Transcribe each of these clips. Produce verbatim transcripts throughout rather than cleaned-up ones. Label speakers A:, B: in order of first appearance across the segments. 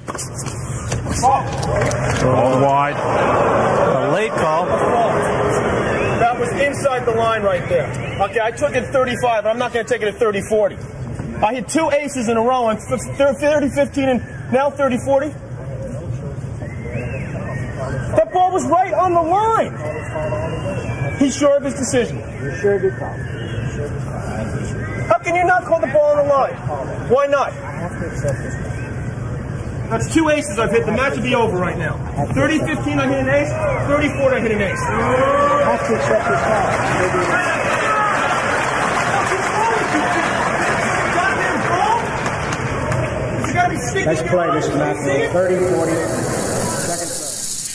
A: All wide. A late call.
B: That was inside the line right there. Okay, I took it thirty-five, but I'm not going to take it at thirty forty. I hit two aces in a row on thirty fifteen and now thirty forty. That ball was right on the line. He's sure of his decision.
C: You're sure of your call.
B: How can you not call the ball on the line? Why not?
C: I have to accept this.
B: That's two aces I've hit. The match would be over right now. thirty fifteen I hit an ace. thirty forty I hit an ace.
C: I have to accept your call. Nice play, Mister Matthew. thirty forty. Second throw.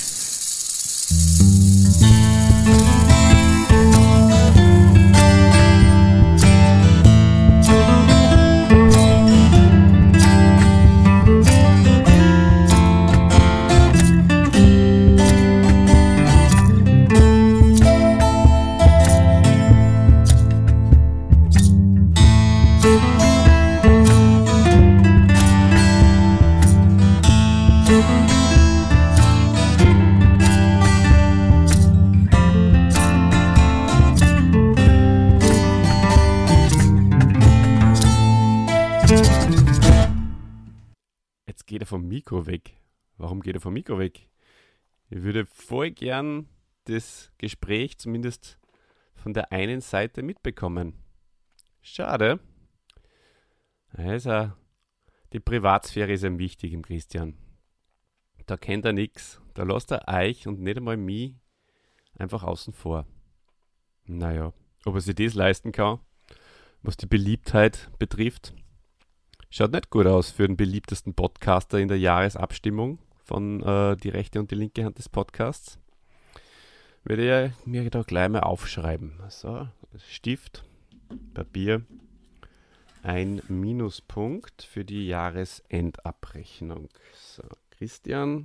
D: Geht er vom Mikro weg? Warum geht er vom Mikro weg? Ich würde voll gern das Gespräch zumindest von der einen Seite mitbekommen. Schade. Also, die Privatsphäre ist ihm wichtig im Christian. Da kennt er nichts. Da lässt er euch und nicht einmal mich einfach außen vor. Naja, ob er sich das leisten kann, was die Beliebtheit betrifft. Schaut nicht gut aus für den beliebtesten Podcaster in der Jahresabstimmung von äh, die rechte und die linke Hand des Podcasts. Werde ich mir da gleich mal aufschreiben. So, Stift, Papier, ein Minuspunkt für die Jahresendabrechnung. So, Christian,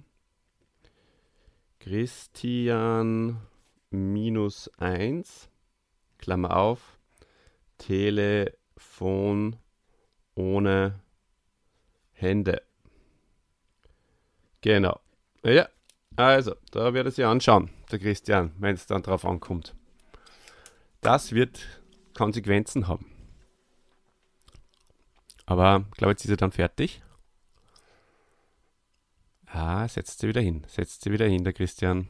D: Christian minus eins, Klammer auf, Telefon ohne Hände. Genau. Ja, also, da wird es sich anschauen, der Christian, wenn es dann drauf ankommt. Das wird Konsequenzen haben. Aber ich glaube, jetzt ist er dann fertig. Ah, setzt sie wieder hin. Setzt sie wieder hin, der Christian.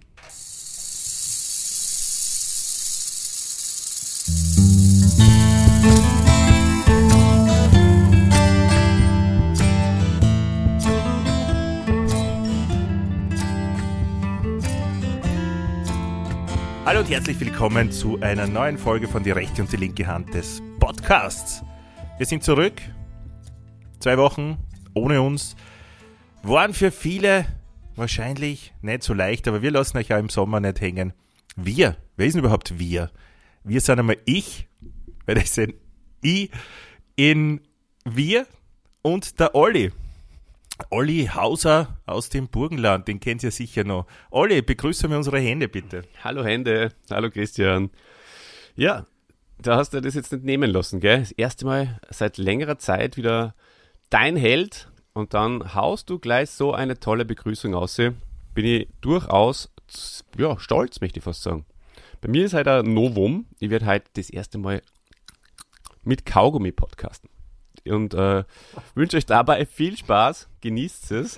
A: Hallo und herzlich willkommen zu einer neuen Folge von Die rechte und die linke Hand des Podcasts. Wir sind zurück. Zwei Wochen ohne uns. Waren für viele wahrscheinlich nicht so leicht, aber wir lassen euch ja im Sommer nicht hängen. Wir, wer ist denn überhaupt wir? Wir sind einmal ich, weil das sind ich in wir und der Olli. Olli Hauser aus dem Burgenland, den kennt ihr sicher noch. Olli, begrüßen wir unsere Hände bitte.
D: Hallo Hände, hallo Christian. Ja, da hast du das jetzt nicht nehmen lassen, gell? Das erste Mal seit längerer Zeit wieder dein Held und dann haust du gleich so eine tolle Begrüßung aus. Bin ich durchaus, ja, stolz, möchte ich fast sagen. Bei mir ist halt ein Novum. Ich werde heute das erste Mal mit Kaugummi podcasten. Und äh, wünsche euch dabei viel Spaß. Genießt es.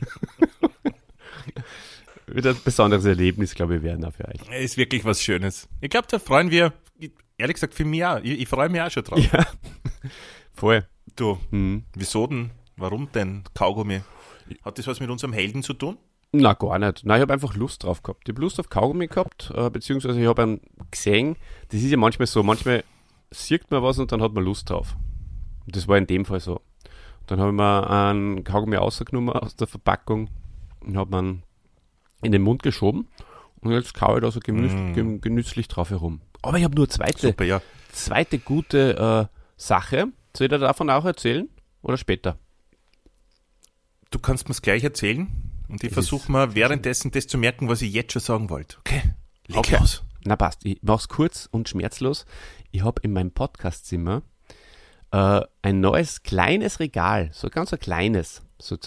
D: Wird ein besonderes Erlebnis, glaube ich, werden auch für euch.
A: Ist wirklich was Schönes. Ich glaube, da freuen wir, ehrlich gesagt, für mich auch. Ich, ich freue mich auch schon drauf.
D: Ja, voll.
A: Du,
D: Mhm.
A: wieso denn? Warum denn Kaugummi? Hat das was mit unserem Helden zu tun?
D: Na, gar nicht. Nein, ich habe einfach Lust drauf gehabt. Ich habe Lust auf Kaugummi gehabt, äh, beziehungsweise ich habe einen gesehen. Das ist ja manchmal so, manchmal sieht man was und dann hat man Lust drauf. Und das war in dem Fall so. Dann habe ich mir einen Kaugummi rausgenommen aus der Verpackung und habe man in den Mund geschoben und jetzt kaue ich da so genüss,
A: Mm.
D: gen- genüsslich drauf herum. Aber ich habe nur eine zweite,
A: Super, ja.
D: zweite gute äh, Sache. Soll ich dir davon auch erzählen oder später?
A: Du kannst mir es gleich erzählen und ich
D: Es
A: versuche
D: ist-
A: mal währenddessen das zu merken, was ich jetzt schon sagen wollte. Okay, leg
D: Okay.
A: los.
D: Na passt, ich mach's kurz und schmerzlos. Ich habe in meinem Podcastzimmer äh, ein neues kleines Regal, so ganz ein kleines, so, so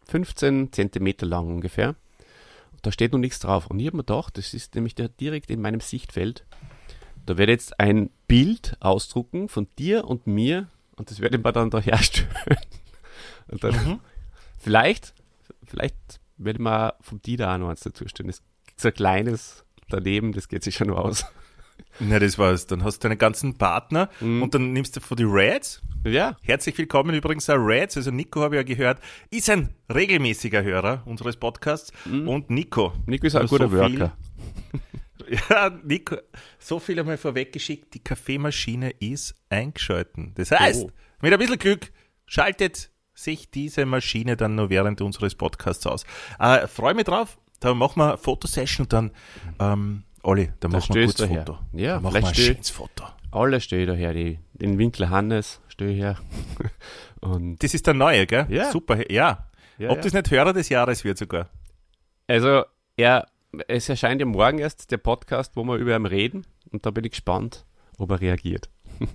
D: fünfzehn Zentimeter lang ungefähr. Da steht noch nichts drauf. Und ich habe mir gedacht, das ist nämlich da direkt in meinem Sichtfeld. Da werde ich jetzt ein Bild ausdrucken von dir und mir und das werde ich mir dann da herstellen. Und dann mhm. vielleicht, vielleicht werde ich mir vom Dieter auch noch eins dazu stellen. Das gibt so ein kleines daneben, das geht sich schon nur aus.
A: Na, das war's. Dann hast du deinen ganzen Partner mhm. und dann nimmst du von die Reds.
D: Ja.
A: Herzlich willkommen übrigens auch Reds. Also Nico habe ich ja gehört, ist ein regelmäßiger Hörer unseres Podcasts. Mhm. Und Nico.
D: Nico ist auch ein guter
A: so
D: Worker.
A: Ja, Nico, so viel einmal vorweggeschickt, die Kaffeemaschine ist eingeschalten. Das heißt, oh. mit ein bisschen Glück schaltet sich diese Maschine dann noch während unseres Podcasts aus. Äh, freue mich drauf, da machen wir eine Fotosession und dann, ähm, Olli, da machen wir ein gutes Foto.
D: Ja,
A: da machen wir ein schönes Foto.
D: Alle stehen daher, die, den Winkler Hannes stehe her. Und
A: das ist der neue, gell?
D: Ja.
A: Super, ja.
D: ja
A: Ob
D: ja.
A: das nicht Hörer des Jahres wird sogar.
D: Also, er, es erscheint ja morgen erst der Podcast, wo wir über ihn reden und da bin ich gespannt, ob er reagiert.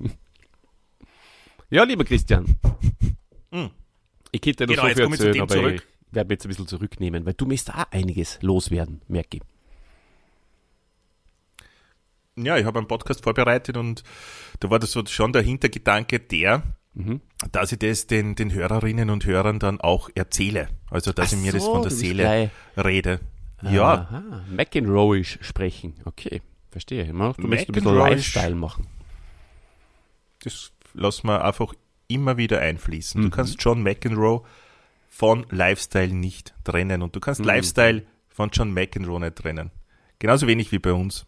D: Ja, lieber Christian. Mm. Ich könnte dir noch
A: genau,
D: so viel erzählen, aber
A: zurück.
D: ich werde mich jetzt ein bisschen zurücknehmen, weil du möchtest auch einiges loswerden, merke ich.
A: Ja, ich habe einen Podcast vorbereitet und da war das so schon der Hintergedanke der, mhm. dass ich das den, den Hörerinnen und Hörern dann auch erzähle. Also, dass
D: Ach
A: ich mir
D: so,
A: das von der Seele rede.
D: Aha,
A: ja.
D: McEnroe-isch sprechen. Okay, verstehe. Du möchtest ein bisschen Lifestyle machen.
A: Das lassen wir einfach immer wieder einfließen.
D: Mhm.
A: Du kannst John McEnroe von Lifestyle nicht trennen und du kannst mhm. Lifestyle von John McEnroe nicht trennen. Genauso wenig wie bei uns.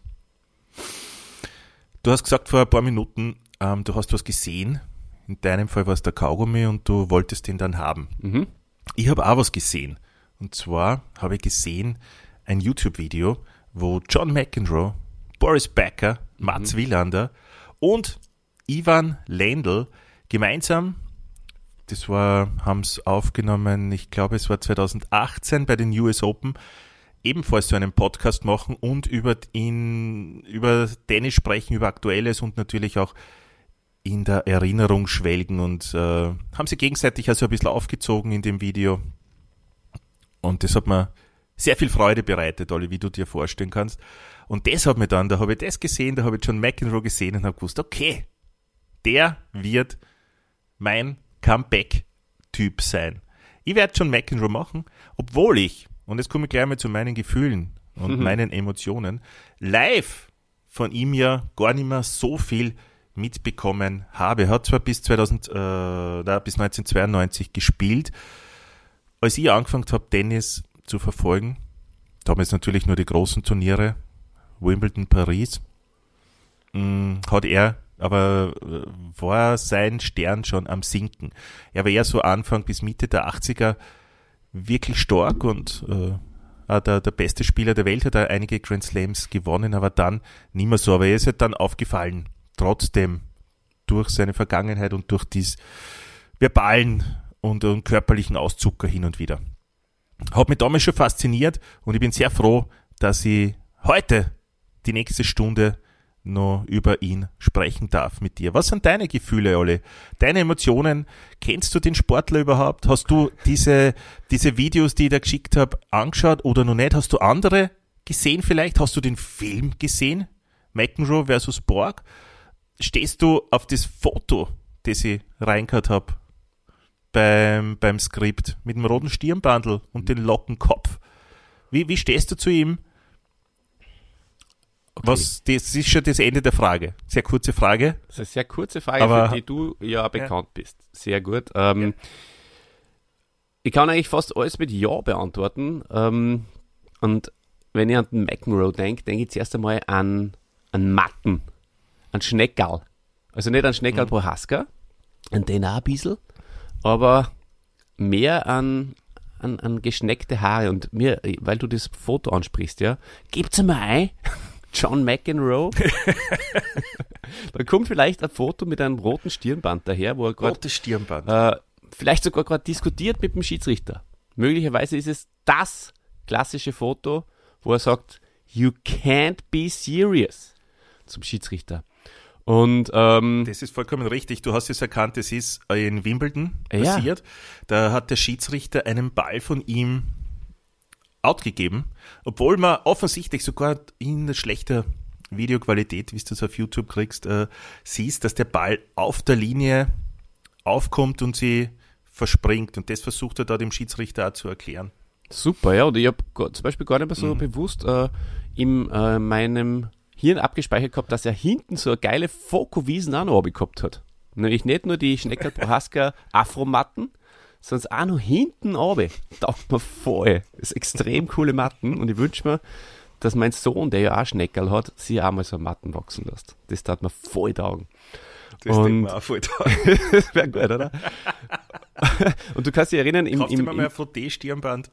A: Du hast gesagt vor ein paar Minuten, ähm, du hast was gesehen. In deinem Fall war es der Kaugummi und du wolltest den dann haben.
D: Mhm.
A: Ich habe auch was gesehen. Und zwar habe ich gesehen ein YouTube-Video, wo John McEnroe, Boris Becker, mhm. Mats Wilander und Ivan Lendl gemeinsam, das war, haben es aufgenommen, ich glaube es war zwanzig achtzehn bei den U S Open, ebenfalls so einen Podcast machen und über ihn, über Tennis sprechen, über Aktuelles und natürlich auch in der Erinnerung schwelgen und äh, haben sie gegenseitig also ein bisschen aufgezogen in dem Video. Und das hat mir sehr viel Freude bereitet, Olli, wie du dir vorstellen kannst. Und das hat mir dann, da habe ich das gesehen, da habe ich John McEnroe gesehen und habe gewusst, okay, der wird mein Comeback-Typ sein. Ich werde John McEnroe machen, obwohl ich, und jetzt komme ich gleich mal zu meinen Gefühlen und mhm. meinen Emotionen, live von ihm ja gar nicht mehr so viel mitbekommen habe. Er hat zwar bis, zweitausend, äh, na, bis neunzehnhundertzweiundneunzig gespielt. Als ich angefangen habe, Tennis zu verfolgen, damals natürlich nur die großen Turniere, Wimbledon, Paris, mh, hat er, aber äh, war sein Stern schon am Sinken. Er war eher so Anfang bis Mitte der achtziger wirklich stark und äh, der, der beste Spieler der Welt, hat er einige Grand Slams gewonnen, aber dann nicht mehr so. Aber er ist halt dann aufgefallen, trotzdem durch seine Vergangenheit und durch dies verbalen und, und körperlichen Auszucker hin und wieder. Hat mich damals schon fasziniert und ich bin sehr froh, dass ich heute die nächste Stunde noch über ihn sprechen darf mit dir. Was sind deine Gefühle, Olli? Deine Emotionen? Kennst du den Sportler überhaupt? Hast du diese, diese Videos, die ich dir geschickt habe, angeschaut oder noch nicht? Hast du andere gesehen vielleicht? Hast du den Film gesehen? McEnroe versus Borg? Stehst du auf das Foto, das ich reingehört habe beim, beim Skript mit dem roten Stirnbandel und dem Lockenkopf? Wie, wie stehst du zu ihm? Okay. Was, das ist schon das Ende der Frage. Sehr kurze Frage.
D: Das ist eine sehr kurze Frage, aber, für die du ja bekannt ja. bist. Sehr gut. Ähm, ja. Ich kann eigentlich fast alles mit Ja beantworten. Ähm, und wenn ich an den McEnroe denke, denke ich zuerst einmal an, an Matten, an Schneckerl. Also nicht an Schneckerl mhm. Prohaska, an den auch ein bisschen, aber mehr an, an, an geschneckte Haare. Und mir, weil du das Foto ansprichst, ja, gebt's einmal ein. John McEnroe. Da kommt vielleicht ein Foto mit einem roten Stirnband daher, wo er gerade
A: rotes Stirnband.
D: Äh, vielleicht sogar gerade diskutiert mit dem Schiedsrichter. Möglicherweise ist es das klassische Foto, wo er sagt, you can't be serious zum Schiedsrichter. Und ähm,
A: Das ist vollkommen richtig. Du hast es erkannt, es ist in Wimbledon
D: Ja.
A: passiert. Da hat der Schiedsrichter einen Ball von ihm outgegeben, obwohl man offensichtlich sogar in schlechter Videoqualität, wie du es auf YouTube kriegst, äh, siehst, dass der Ball auf der Linie aufkommt und sie verspringt. Und das versucht er da dem Schiedsrichter auch zu erklären.
D: super, ja. Und ich habe zum Beispiel gar nicht mehr so bewusst äh, in äh, meinem Hirn abgespeichert gehabt, dass er hinten so eine geile Fokuwiesen auch noch oben gehabt hat. Nämlich nicht nur die Schneckerl Prohaska Afromatten, sondern auch noch hinten oben. Taugt mir voll. Das ist extrem coole Matten und ich wünsche mir, dass mein Sohn, der ja auch Schneckerl hat, sich auch mal so Matten wachsen lässt. Das tat mir voll taugen.
A: Das
D: Und-
A: denkt man auch voll toll.
D: Das wäre gut, oder? Und du kannst dich erinnern, im,
A: Kaufst du
D: im,
A: mir
D: im,
A: mal ein Frotté-Stirnband?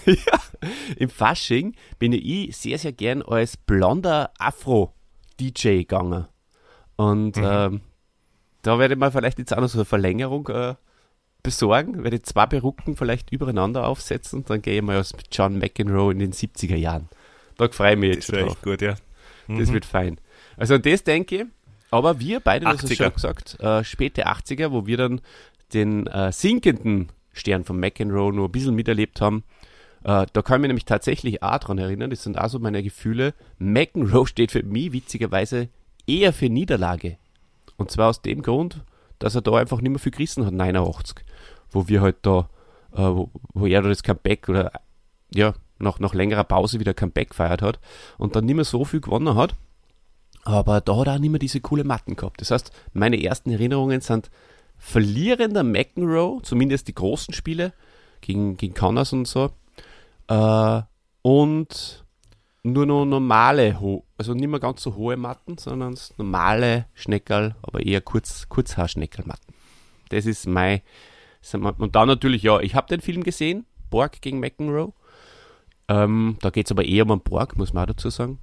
D: im Fasching bin ich sehr, sehr gern als blonder Afro-D J gegangen. Und ähm, da werde ich mal vielleicht jetzt auch noch so eine Verlängerung äh, besorgen, werde ich zwei Perücken vielleicht übereinander aufsetzen und dann gehe ich mal als John McEnroe in den siebziger Jahren. Da freue ich mich jetzt
A: Das
D: schon
A: wäre
D: drauf.
A: echt gut, ja.
D: Das wird fein. Also an das denke ich, aber wir beide, du hast es
A: achtziger.
D: schon gesagt, äh, späte achtziger, wo wir dann den äh, sinkenden Stern von McEnroe nur ein bisschen miterlebt haben, äh, da kann ich mich nämlich tatsächlich auch dran erinnern, das sind auch so meine Gefühle. McEnroe steht für mich witzigerweise eher für Niederlage. Und zwar aus dem Grund, dass er da einfach nicht mehr viel gerissen hat, neunundachtzig, wo wir halt da, äh, wo, wo er da das Comeback oder ja, nach, nach längerer Pause wieder Comeback gefeiert hat und dann nicht mehr so viel gewonnen hat. Aber da hat er auch nicht mehr diese coole Matten gehabt. Das heißt, meine ersten Erinnerungen sind verlierender McEnroe, zumindest die großen Spiele gegen, gegen Connors und so, äh, und nur noch normale, ho- also nicht mehr ganz so hohe Matten, sondern normale Schneckerl, aber eher kurz, Kurzhaarschneckerlmatten. Das ist mein, und dann natürlich, ja, ich habe den Film gesehen, Borg gegen McEnroe. Ähm, da geht es aber eher um einen Borg, muss man auch dazu sagen.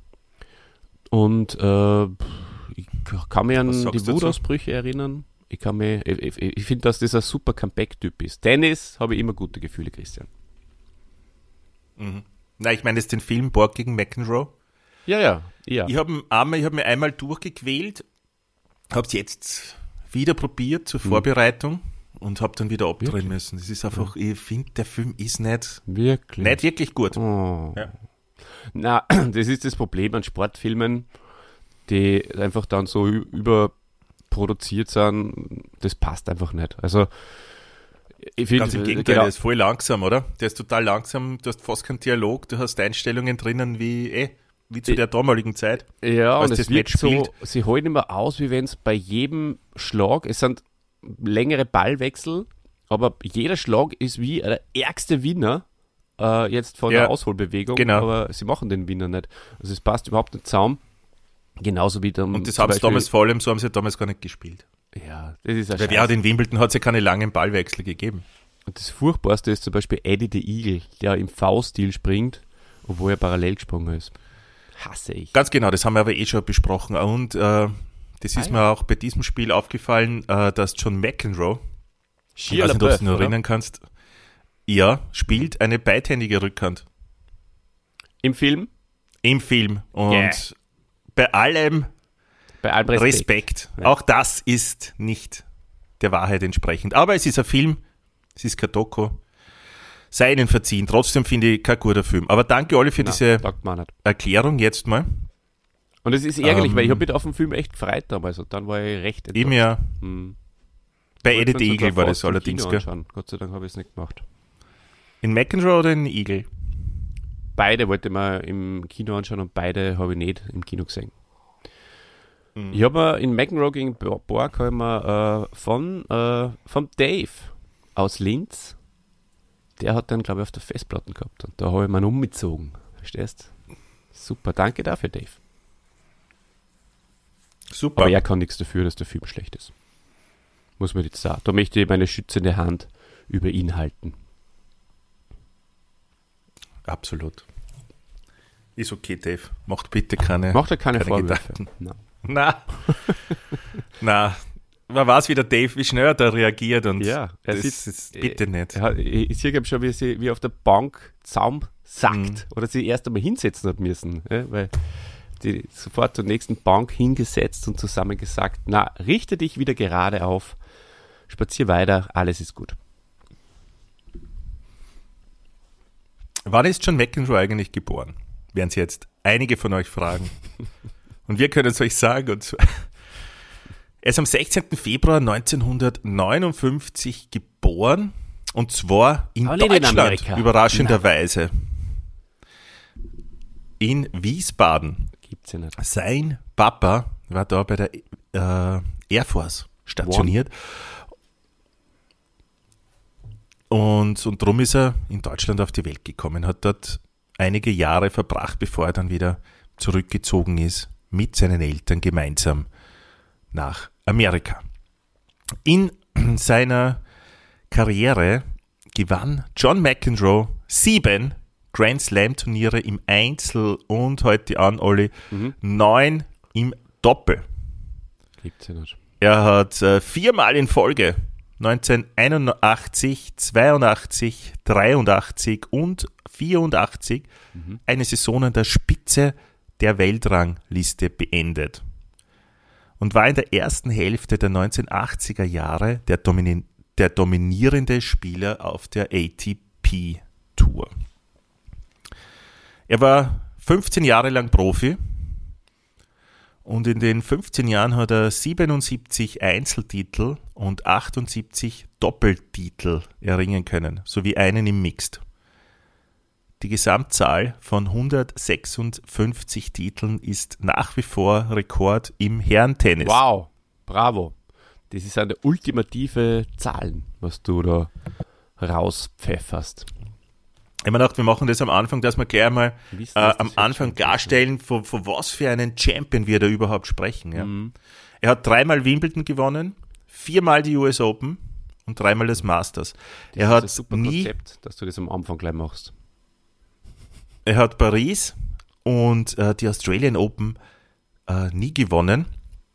D: Und äh, ich kann mich
A: Was
D: an
A: sagst
D: die
A: du dazu?
D: Wutausbrüche erinnern. Ich kann mich, ich, ich, ich finde, dass das ein super Comeback-Typ ist. Tennis habe ich immer gute Gefühle, Christian.
A: Na, ich meine jetzt den Film Borg gegen McEnroe.
D: Ja, ja, ja.
A: Ich habe einmal, ich hab mir einmal durchgequält, habe es jetzt wieder probiert zur Vorbereitung und habe dann wieder abdrehen
D: Wirklich?
A: müssen. Das ist einfach, ich finde, der Film ist nicht,
D: Wirklich.
A: nicht wirklich gut.
D: Oh.
A: Ja.
D: Na, das ist das Problem an Sportfilmen, die einfach dann so ü- überproduziert sind. Das passt einfach nicht. Also, ich finde,
A: Ganz im Gegenteil,
D: genau,
A: der ist voll langsam, oder? Der ist total langsam, du hast fast keinen Dialog, du hast Einstellungen drinnen wie, eh, wie zu
D: Ich-
A: der damaligen Zeit.
D: ja,
A: als
D: und
A: das
D: es wirkt
A: Match
D: so,
A: spielt.
D: sie halten immer aus, wie wenn es bei jedem Schlag, es sind längere Ballwechsel, aber jeder Schlag ist wie der ärgste Winner äh, jetzt von
A: Ja,
D: der Ausholbewegung,
A: genau.
D: aber sie machen den Winner nicht. Also es passt überhaupt nicht zusammen. Genauso wie dann
A: Und das
D: zum
A: haben sie
D: Beispiel-
A: damals vor allem, so haben sie damals gar nicht gespielt.
D: Ja, das ist ein
A: Weil
D: Scheiß.
A: ja, in Wimbledon hat es ja keine langen Ballwechsel gegeben.
D: Und das Furchtbarste ist zum Beispiel Eddie the Eagle, der im V-Stil springt, obwohl er parallel gesprungen ist. Hasse ich.
A: Ganz genau, das haben wir aber eh schon besprochen. Und äh, das ist
D: Ah,
A: mir auch bei diesem Spiel aufgefallen, äh, dass John McEnroe, ich
D: Shia
A: weiß nicht, ob du dich noch
D: LaBeouf, oder?
A: erinnern kannst, ja, spielt eine beidhändige Rückhand
D: Im Film,
A: im Film. Und
D: Yeah.
A: bei allem
D: bei allem Respekt.
A: Respekt,
D: Ja.
A: auch das ist nicht der Wahrheit entsprechend. Aber es ist ein Film, es ist kein Doku. Sei ihnen verziehen. Trotzdem finde ich kein guter Film. Aber danke, Olli, für
D: Nein,
A: diese
D: sagt man nicht.
A: Erklärung jetzt mal.
D: Und es ist ärgerlich,
A: Ähm,
D: weil ich habe mich auf den Film echt gefreut damals und dann war ich recht
A: Eben ja,
D: Hm.
A: bei
D: Wollte
A: Eddie
D: mir
A: the
D: sogar
A: Eagle war
D: fast
A: das
D: im
A: allerdings,
D: Kino
A: gell?
D: anschauen. Gott sei Dank habe ich es nicht gemacht.
A: In McEnroe oder in Eagle?
D: Beide wollte ich mir im Kino anschauen und beide habe ich nicht im Kino gesehen.
A: Mhm.
D: Ich habe mir in McEnroe gegen Bo- Borg habe ich mir, äh, von, äh, vom Dave aus Linz, der hat dann, glaube ich, auf der Festplatte gehabt und da habe ich mir ihn umgezogen. Verstehst? Super, danke dafür, Dave.
A: Super.
D: Aber er kann nichts dafür, dass der Film schlecht ist. Muss man jetzt sagen. Da möchte ich meine schützende Hand über ihn halten.
A: Absolut. Ist okay, Dave. Macht bitte keine,
D: Macht er keine,
A: keine
D: Vorwürfe.
A: Gedanken.
D: Nein.
A: Na, na, man weiß wieder, Dave, wie schnell er da reagiert und
D: Ja, er
A: das
D: sitzt-
A: ist bitte nicht.
D: Er hat, ich ich sehe glaub schon, wie er sie wie auf der Bank zusammensackt
A: Mhm.
D: oder sie erst einmal hinsetzen hat müssen. Ja, weil die sofort zur nächsten Bank hingesetzt und zusammen gesagt, na, richte dich wieder gerade auf, spazier weiter, alles ist gut.
A: Wann ist John McEnroe eigentlich geboren? Werden Sie jetzt einige von euch fragen. Und wir können es euch sagen. Und er ist am sechzehnten Februar neunzehnhundertneunundfünfzig geboren. Und zwar in
D: Aber nicht in
A: Deutschland,
D: Amerika.
A: überraschenderweise. In Wiesbaden.
D: Gibt's ja nicht.
A: Sein Papa war da bei der äh, Air Force stationiert. Und, und darum ist er in Deutschland auf die Welt gekommen, hat dort einige Jahre verbracht, bevor er dann wieder zurückgezogen ist, mit seinen Eltern gemeinsam nach Amerika. In seiner Karriere gewann John McEnroe sieben Grand Slam Turniere im Einzel und heute an, Olli,
D: Mhm.
A: neun im Doppel.
D: Gibt's ja nicht.
A: Er hat äh, viermal in Folge neunzehnhunderteinundachtzig, zweiundachtzig, dreiundachtzig und vierundachtzig
D: Mhm.
A: eine Saison an der Spitze der Weltrangliste beendet und war in der ersten Hälfte der neunzehnhundertachtziger Jahre der, domini- der dominierende Spieler auf der A T P-Tour. Er war fünfzehn Jahre lang Profi und in den fünfzehn Jahren hat er siebenundsiebzig Einzeltitel und achtundsiebzig Doppeltitel erringen können, sowie einen im Mixed. Die Gesamtzahl von hundertsechsundfünfzig Titeln ist nach wie vor Rekord im Herrentennis.
D: Wow, bravo. Das ist eine ultimative Zahlen, was du da rauspfefferst.
A: Ich habe mir gedacht, wir machen das am Anfang, dass wir gleich mal
D: Wissen,
A: äh,
D: dass das
A: am
D: jetzt
A: Anfang
D: schon
A: klarstellen, von, von was für einen Champion wir da überhaupt sprechen. Ja.
D: Mhm.
A: Er hat dreimal Wimbledon gewonnen, viermal die U S Open und dreimal das Masters. Er
D: Das
A: hat
D: ist ein super
A: nie,
D: Konzept, dass du das am Anfang gleich machst.
A: er hat Paris und äh, die Australian Open äh, nie gewonnen,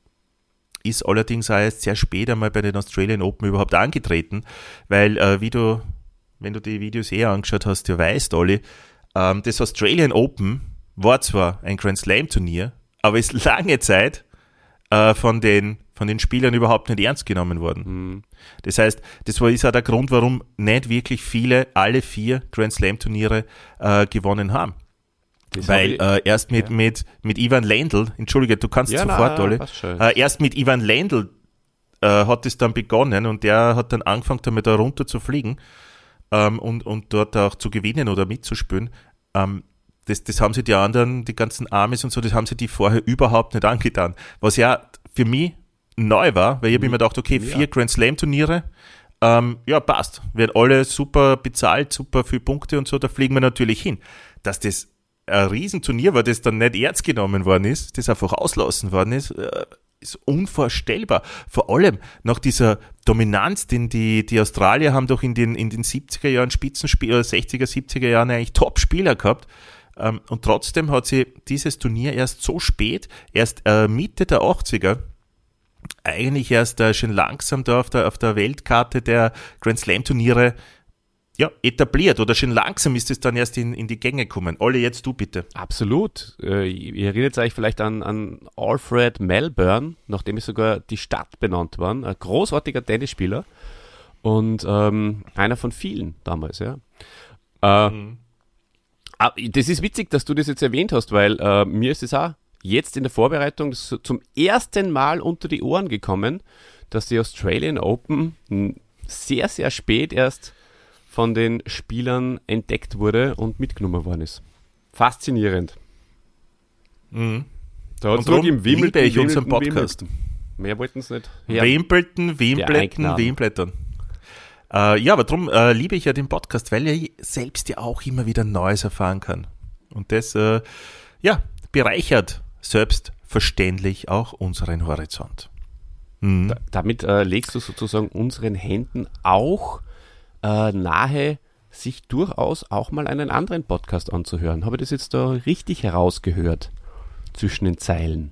A: ist allerdings auch erst sehr spät einmal bei den Australian Open überhaupt angetreten, weil äh, wie du, wenn du die Videos eh angeschaut hast, du weißt, Olli, ähm, das Australian Open war zwar ein Grand Slam Turnier, aber ist lange Zeit äh, von den von den Spielern überhaupt nicht ernst genommen worden.
D: Mhm.
A: Das heißt, das war ist auch der Grund, warum nicht wirklich viele alle vier Grand Slam Turniere äh, gewonnen haben.
D: Das
A: Weil
D: hab ich-
A: äh, erst mit,
D: ja.
A: mit, mit Ivan Lendl, entschuldige, du kannst
D: Ja,
A: sofort,
D: na,
A: Olli,
D: passt schon.
A: äh, erst mit Ivan Lendl äh, hat es dann begonnen und der hat dann angefangen, damit da runter zu fliegen ähm, und, und dort auch zu gewinnen oder mitzuspielen. Ähm, das, das haben sie die anderen, die ganzen Amis und so, das haben sie die vorher überhaupt nicht angetan. Was ja für mich neu war, weil ich habe mir gedacht, okay, vier
D: Ja.
A: Grand Slam Turniere, ähm, ja, passt. Werden alle super bezahlt, super viel Punkte und so, da fliegen wir natürlich hin. Dass das ein Riesenturnier war, das dann nicht ernst genommen worden ist, das einfach auslassen worden ist, äh, ist unvorstellbar. Vor allem nach dieser Dominanz, den die, die Australier haben doch in den, in den siebziger Jahren Spitzenspieler, sechziger, siebziger Jahren eigentlich Top-Spieler gehabt. Ähm, und trotzdem hat sie dieses Turnier erst so spät, erst äh, Mitte der achtziger, eigentlich erst äh, schon langsam da auf der, auf der Weltkarte der Grand Slam Turniere ja, etabliert oder schon langsam ist es dann erst in, in die Gänge gekommen. Olli, jetzt du bitte.
D: Absolut. Äh, Ihr erinnert euch vielleicht an, an Alfred Melbourne, nachdem ist sogar die Stadt benannt worden. Ein großartiger Tennisspieler und ähm, einer von vielen damals, ja. Äh,
A: Mhm.
D: ah, das ist witzig, dass du das jetzt erwähnt hast, weil äh, mir ist es auch jetzt in der Vorbereitung so zum ersten Mal unter die Ohren gekommen, dass die Australian Open m, sehr, sehr spät erst von den Spielern entdeckt wurde und mitgenommen worden ist. Faszinierend.
A: Mhm.
D: Da hat's
A: Und darum
D: noch im Wimbledon,
A: liebe ich unseren
D: Wimbledon,
A: Podcast.
D: Wimbledon. Mehr wollten es nicht. Ja.
A: Wimbledon, Wimbledon,
D: Einknaben.
A: Wimbledon. Äh, ja, aber darum äh, liebe ich ja den Podcast, weil ich selbst ja auch immer wieder Neues erfahren kann. Und das, äh, ja, bereichert selbstverständlich auch unseren Horizont. Mhm.
D: Da, damit äh, legst du sozusagen unseren Händen auch äh, nahe, sich durchaus auch mal einen anderen Podcast anzuhören. Habe ich das jetzt da richtig herausgehört? Zwischen den Zeilen.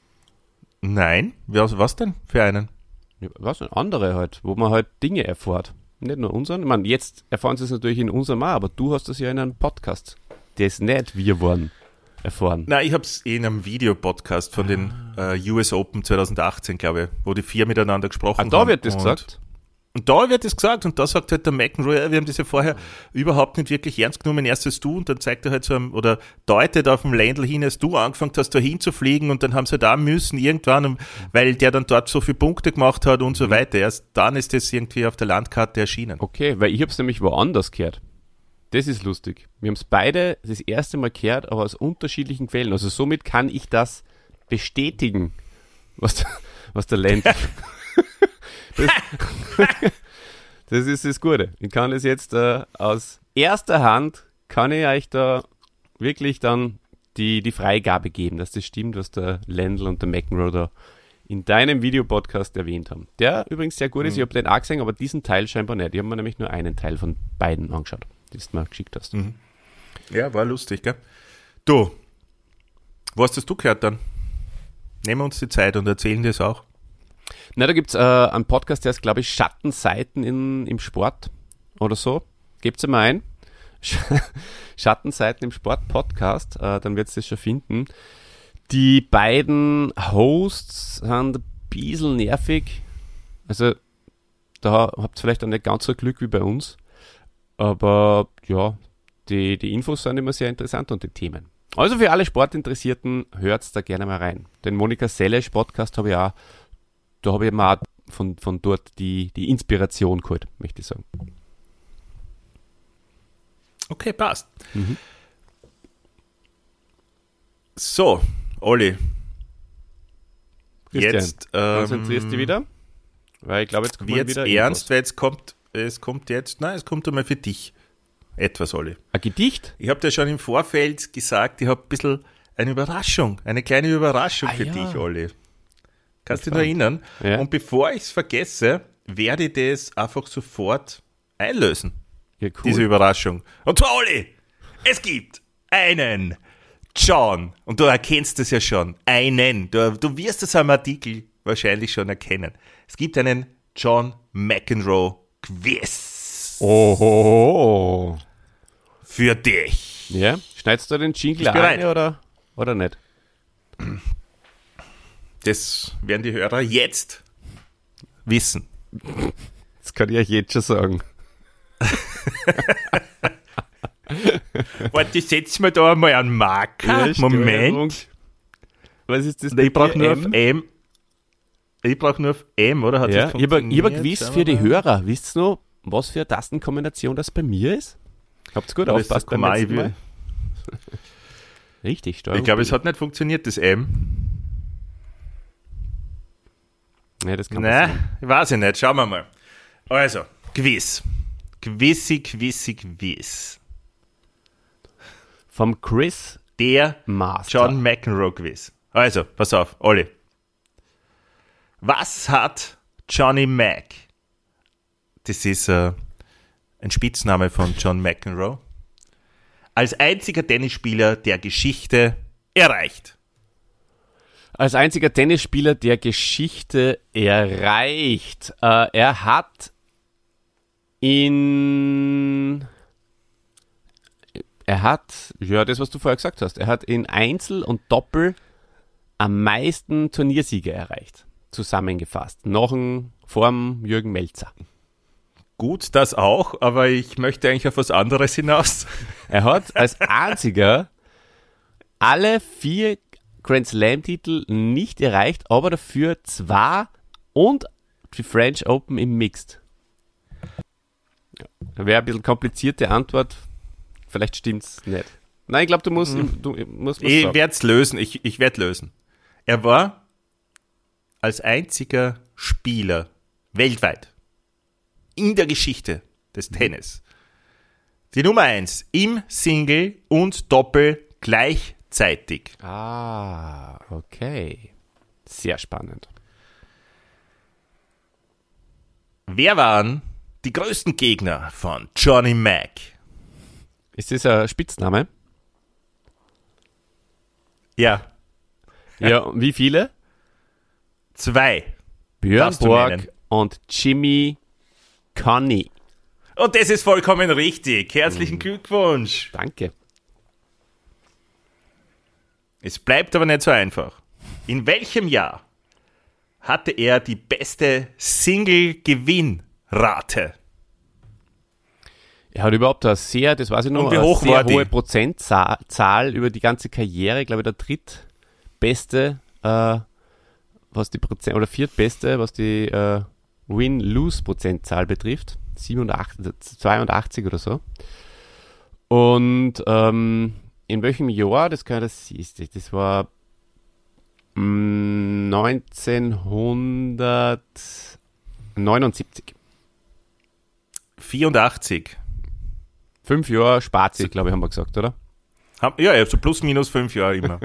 A: Nein, was, was denn für einen?
D: Ja, was denn? Andere halt, wo man halt Dinge erfährt. Nicht nur unseren. Ich meine, jetzt erfahren sie es natürlich in unserem auch, aber du hast es ja in einem Podcast. Der ist nicht wir waren. erfahren?
A: Nein, ich habe es in einem Videopodcast von den äh, U S Open zwanzig achtzehn, glaube ich, wo die vier miteinander gesprochen
D: Ah,
A: haben.
D: da wird das
A: und,
D: gesagt?
A: Und da wird das gesagt und da sagt halt der McEnroe, ja, wir haben das ja vorher überhaupt nicht wirklich ernst genommen, erst als du, und dann zeigt er halt so, einem, oder deutet auf dem Ländl hin, als du angefangen hast, da hinzufliegen, und dann haben sie da müssen irgendwann, weil der dann dort so viele Punkte gemacht hat und so
D: Mhm.
A: weiter. Erst dann ist das irgendwie auf der Landkarte erschienen.
D: Okay, weil ich habe es nämlich woanders gehört. Das ist lustig. Wir haben es beide das erste Mal gehört, aber aus unterschiedlichen Quellen. Also somit kann ich das bestätigen, was der, was der Ländl... das, das ist das Gute. Ich kann es jetzt äh, aus erster Hand, kann ich euch da wirklich dann die, die Freigabe geben, dass das stimmt, was der Ländl und der McEnroe da in deinem Videopodcast erwähnt haben. Der übrigens sehr gut ist, ich habe den auch gesehen, aber diesen Teil scheinbar nicht. Ich habe mir nämlich nur einen Teil von beiden angeschaut, den du mir geschickt hast.
A: Mhm. Ja, war lustig, gell? Du, wo hast das du gehört dann? Nehmen wir uns die Zeit und erzählen das auch.
D: Na, da gibt es äh, einen Podcast, der ist, glaube ich, Schattenseiten in, im Sport oder so. Gebt's mal ein. Sch- Schattenseiten im Sport Podcast, äh, dann wird es das schon finden. Die beiden Hosts sind ein bisschen nervig. Also, da habt ihr vielleicht auch nicht ganz so Glück wie bei uns. Aber ja, die, die Infos sind immer sehr interessant und die Themen. Also für alle Sportinteressierten, hört's da gerne mal rein. Den Monika Seles Podcast habe ich auch, da habe ich mir auch von, von dort die, die Inspiration geholt, möchte ich sagen.
A: Okay, passt.
D: Mhm.
A: So, Olli.
D: Christian,
A: Jetzt ähm,
D: konzentrierst du dich wieder? Weil ich glaube, jetzt kommen
A: wird's
D: wieder
A: ernst,
D: Infos.
A: weil jetzt kommt, es kommt jetzt, nein, es kommt einmal für dich etwas, Olli.
D: Ein Gedicht?
A: Ich habe dir schon im Vorfeld gesagt, ich habe ein bisschen eine Überraschung, eine kleine Überraschung
D: Ah,
A: für
D: ja.
A: dich, Olli. Kannst du dich
D: Spannend.
A: noch erinnern?
D: Ja.
A: Und bevor ich es vergesse, werde ich das einfach sofort einlösen,
D: Ja, cool.
A: diese Überraschung. Und zwar, Olli, es gibt einen John, und du erkennst es ja schon, einen, du, du wirst es am Artikel wahrscheinlich schon erkennen. Es gibt einen John McEnroe Quiz
D: Oho.
A: für dich.
D: Ja, schneidest du den Jingle
A: Bist bereit?
D: ein oder, oder nicht?
A: Das werden die Hörer jetzt wissen.
D: Das kann ich euch jetzt schon sagen.
A: Warte, setz mir da mal einen Marker.
D: Ja,
A: Moment.
D: Steuerung. Was ist das?
A: Ich brauche nur
D: M?
A: auf M. Ich brauche nur auf M, oder? Hat
D: Ja,
A: das
D: ich habe
A: funktioniert?
D: hab ein Quiz
A: Schauen
D: für
A: wir
D: die
A: mal.
D: Hörer. Wisst ihr noch, was für eine Tastenkombination das bei mir ist? Habt's gut
A: Das
D: aufgepasst beim
A: kann man-
D: letzten Mal? Richtig, Steuerung.
A: Ich glaube, es
D: B.
A: hat nicht funktioniert, das M.
D: Ja, das kann passieren.
A: Nein, ich weiß ich nicht. Schauen wir mal. Also, Quiz. Quizzy, Quizzy, Quiz.
D: Vom Chris
A: Der
D: Master.
A: John McEnroe Quiz. Also, pass auf, Olli. Was hat Johnny Mac? Das ist äh, ein Spitzname von John McEnroe. Als einziger Tennisspieler der Geschichte erreicht.
D: Als einziger Tennisspieler der Geschichte erreicht. Äh, er hat in... Er hat, ja, das, was du vorher gesagt hast, er hat in Einzel und Doppel am meisten Turniersiege erreicht. Zusammengefasst. Nach dem, vor dem Jürgen Melzer.
A: Gut, das auch, aber ich möchte eigentlich auf was anderes hinaus.
D: Er hat als einziger alle vier Grand Slam-Titel nicht erreicht, aber dafür zwei und die French Open im Mixed. Ja, wäre ein bisschen komplizierte Antwort. Vielleicht stimmt's nicht. Nein, ich glaube, du musst, du musst was
A: Ich
D: sagen.
A: werde es lösen. Ich, ich werde lösen. Er war als einziger Spieler weltweit in der Geschichte des Tennis die Nummer eins im Single und Doppel gleichzeitig.
D: Ah, okay. Sehr spannend.
A: Wer waren die größten Gegner von Johnny Mac?
D: Ist das ein Spitzname?
A: Ja,
D: Ja, und wie viele?
A: zwei.
D: Björn
A: Darfst du nennen.
D: Borg und Jimmy Conny.
A: Und das ist vollkommen richtig. Herzlichen Glückwunsch.
D: Danke.
A: Es bleibt aber nicht so einfach. In welchem Jahr hatte er die beste Single-Gewinnrate?
D: Er hat überhaupt eine sehr, das weiß ich noch,
A: Und wie
D: eine
A: hoch
D: sehr
A: war die?
D: hohe Prozentzahl über die ganze Karriere, glaube ich, der drittbeste, äh, was die Prozent, oder viertbeste, was die äh, Win-Lose-Prozentzahl betrifft. siebenundachtzig, zweiundachtzig oder so. Und ähm, in welchem Jahr, das kann das ist, das war mh, neunzehnhundertneunundsiebzig.
A: vierundachtzig.
D: Fünf Jahre Spazi, glaube ich, haben wir gesagt, oder?
A: Hab- Ja, ja, so plus minus fünf Jahre immer.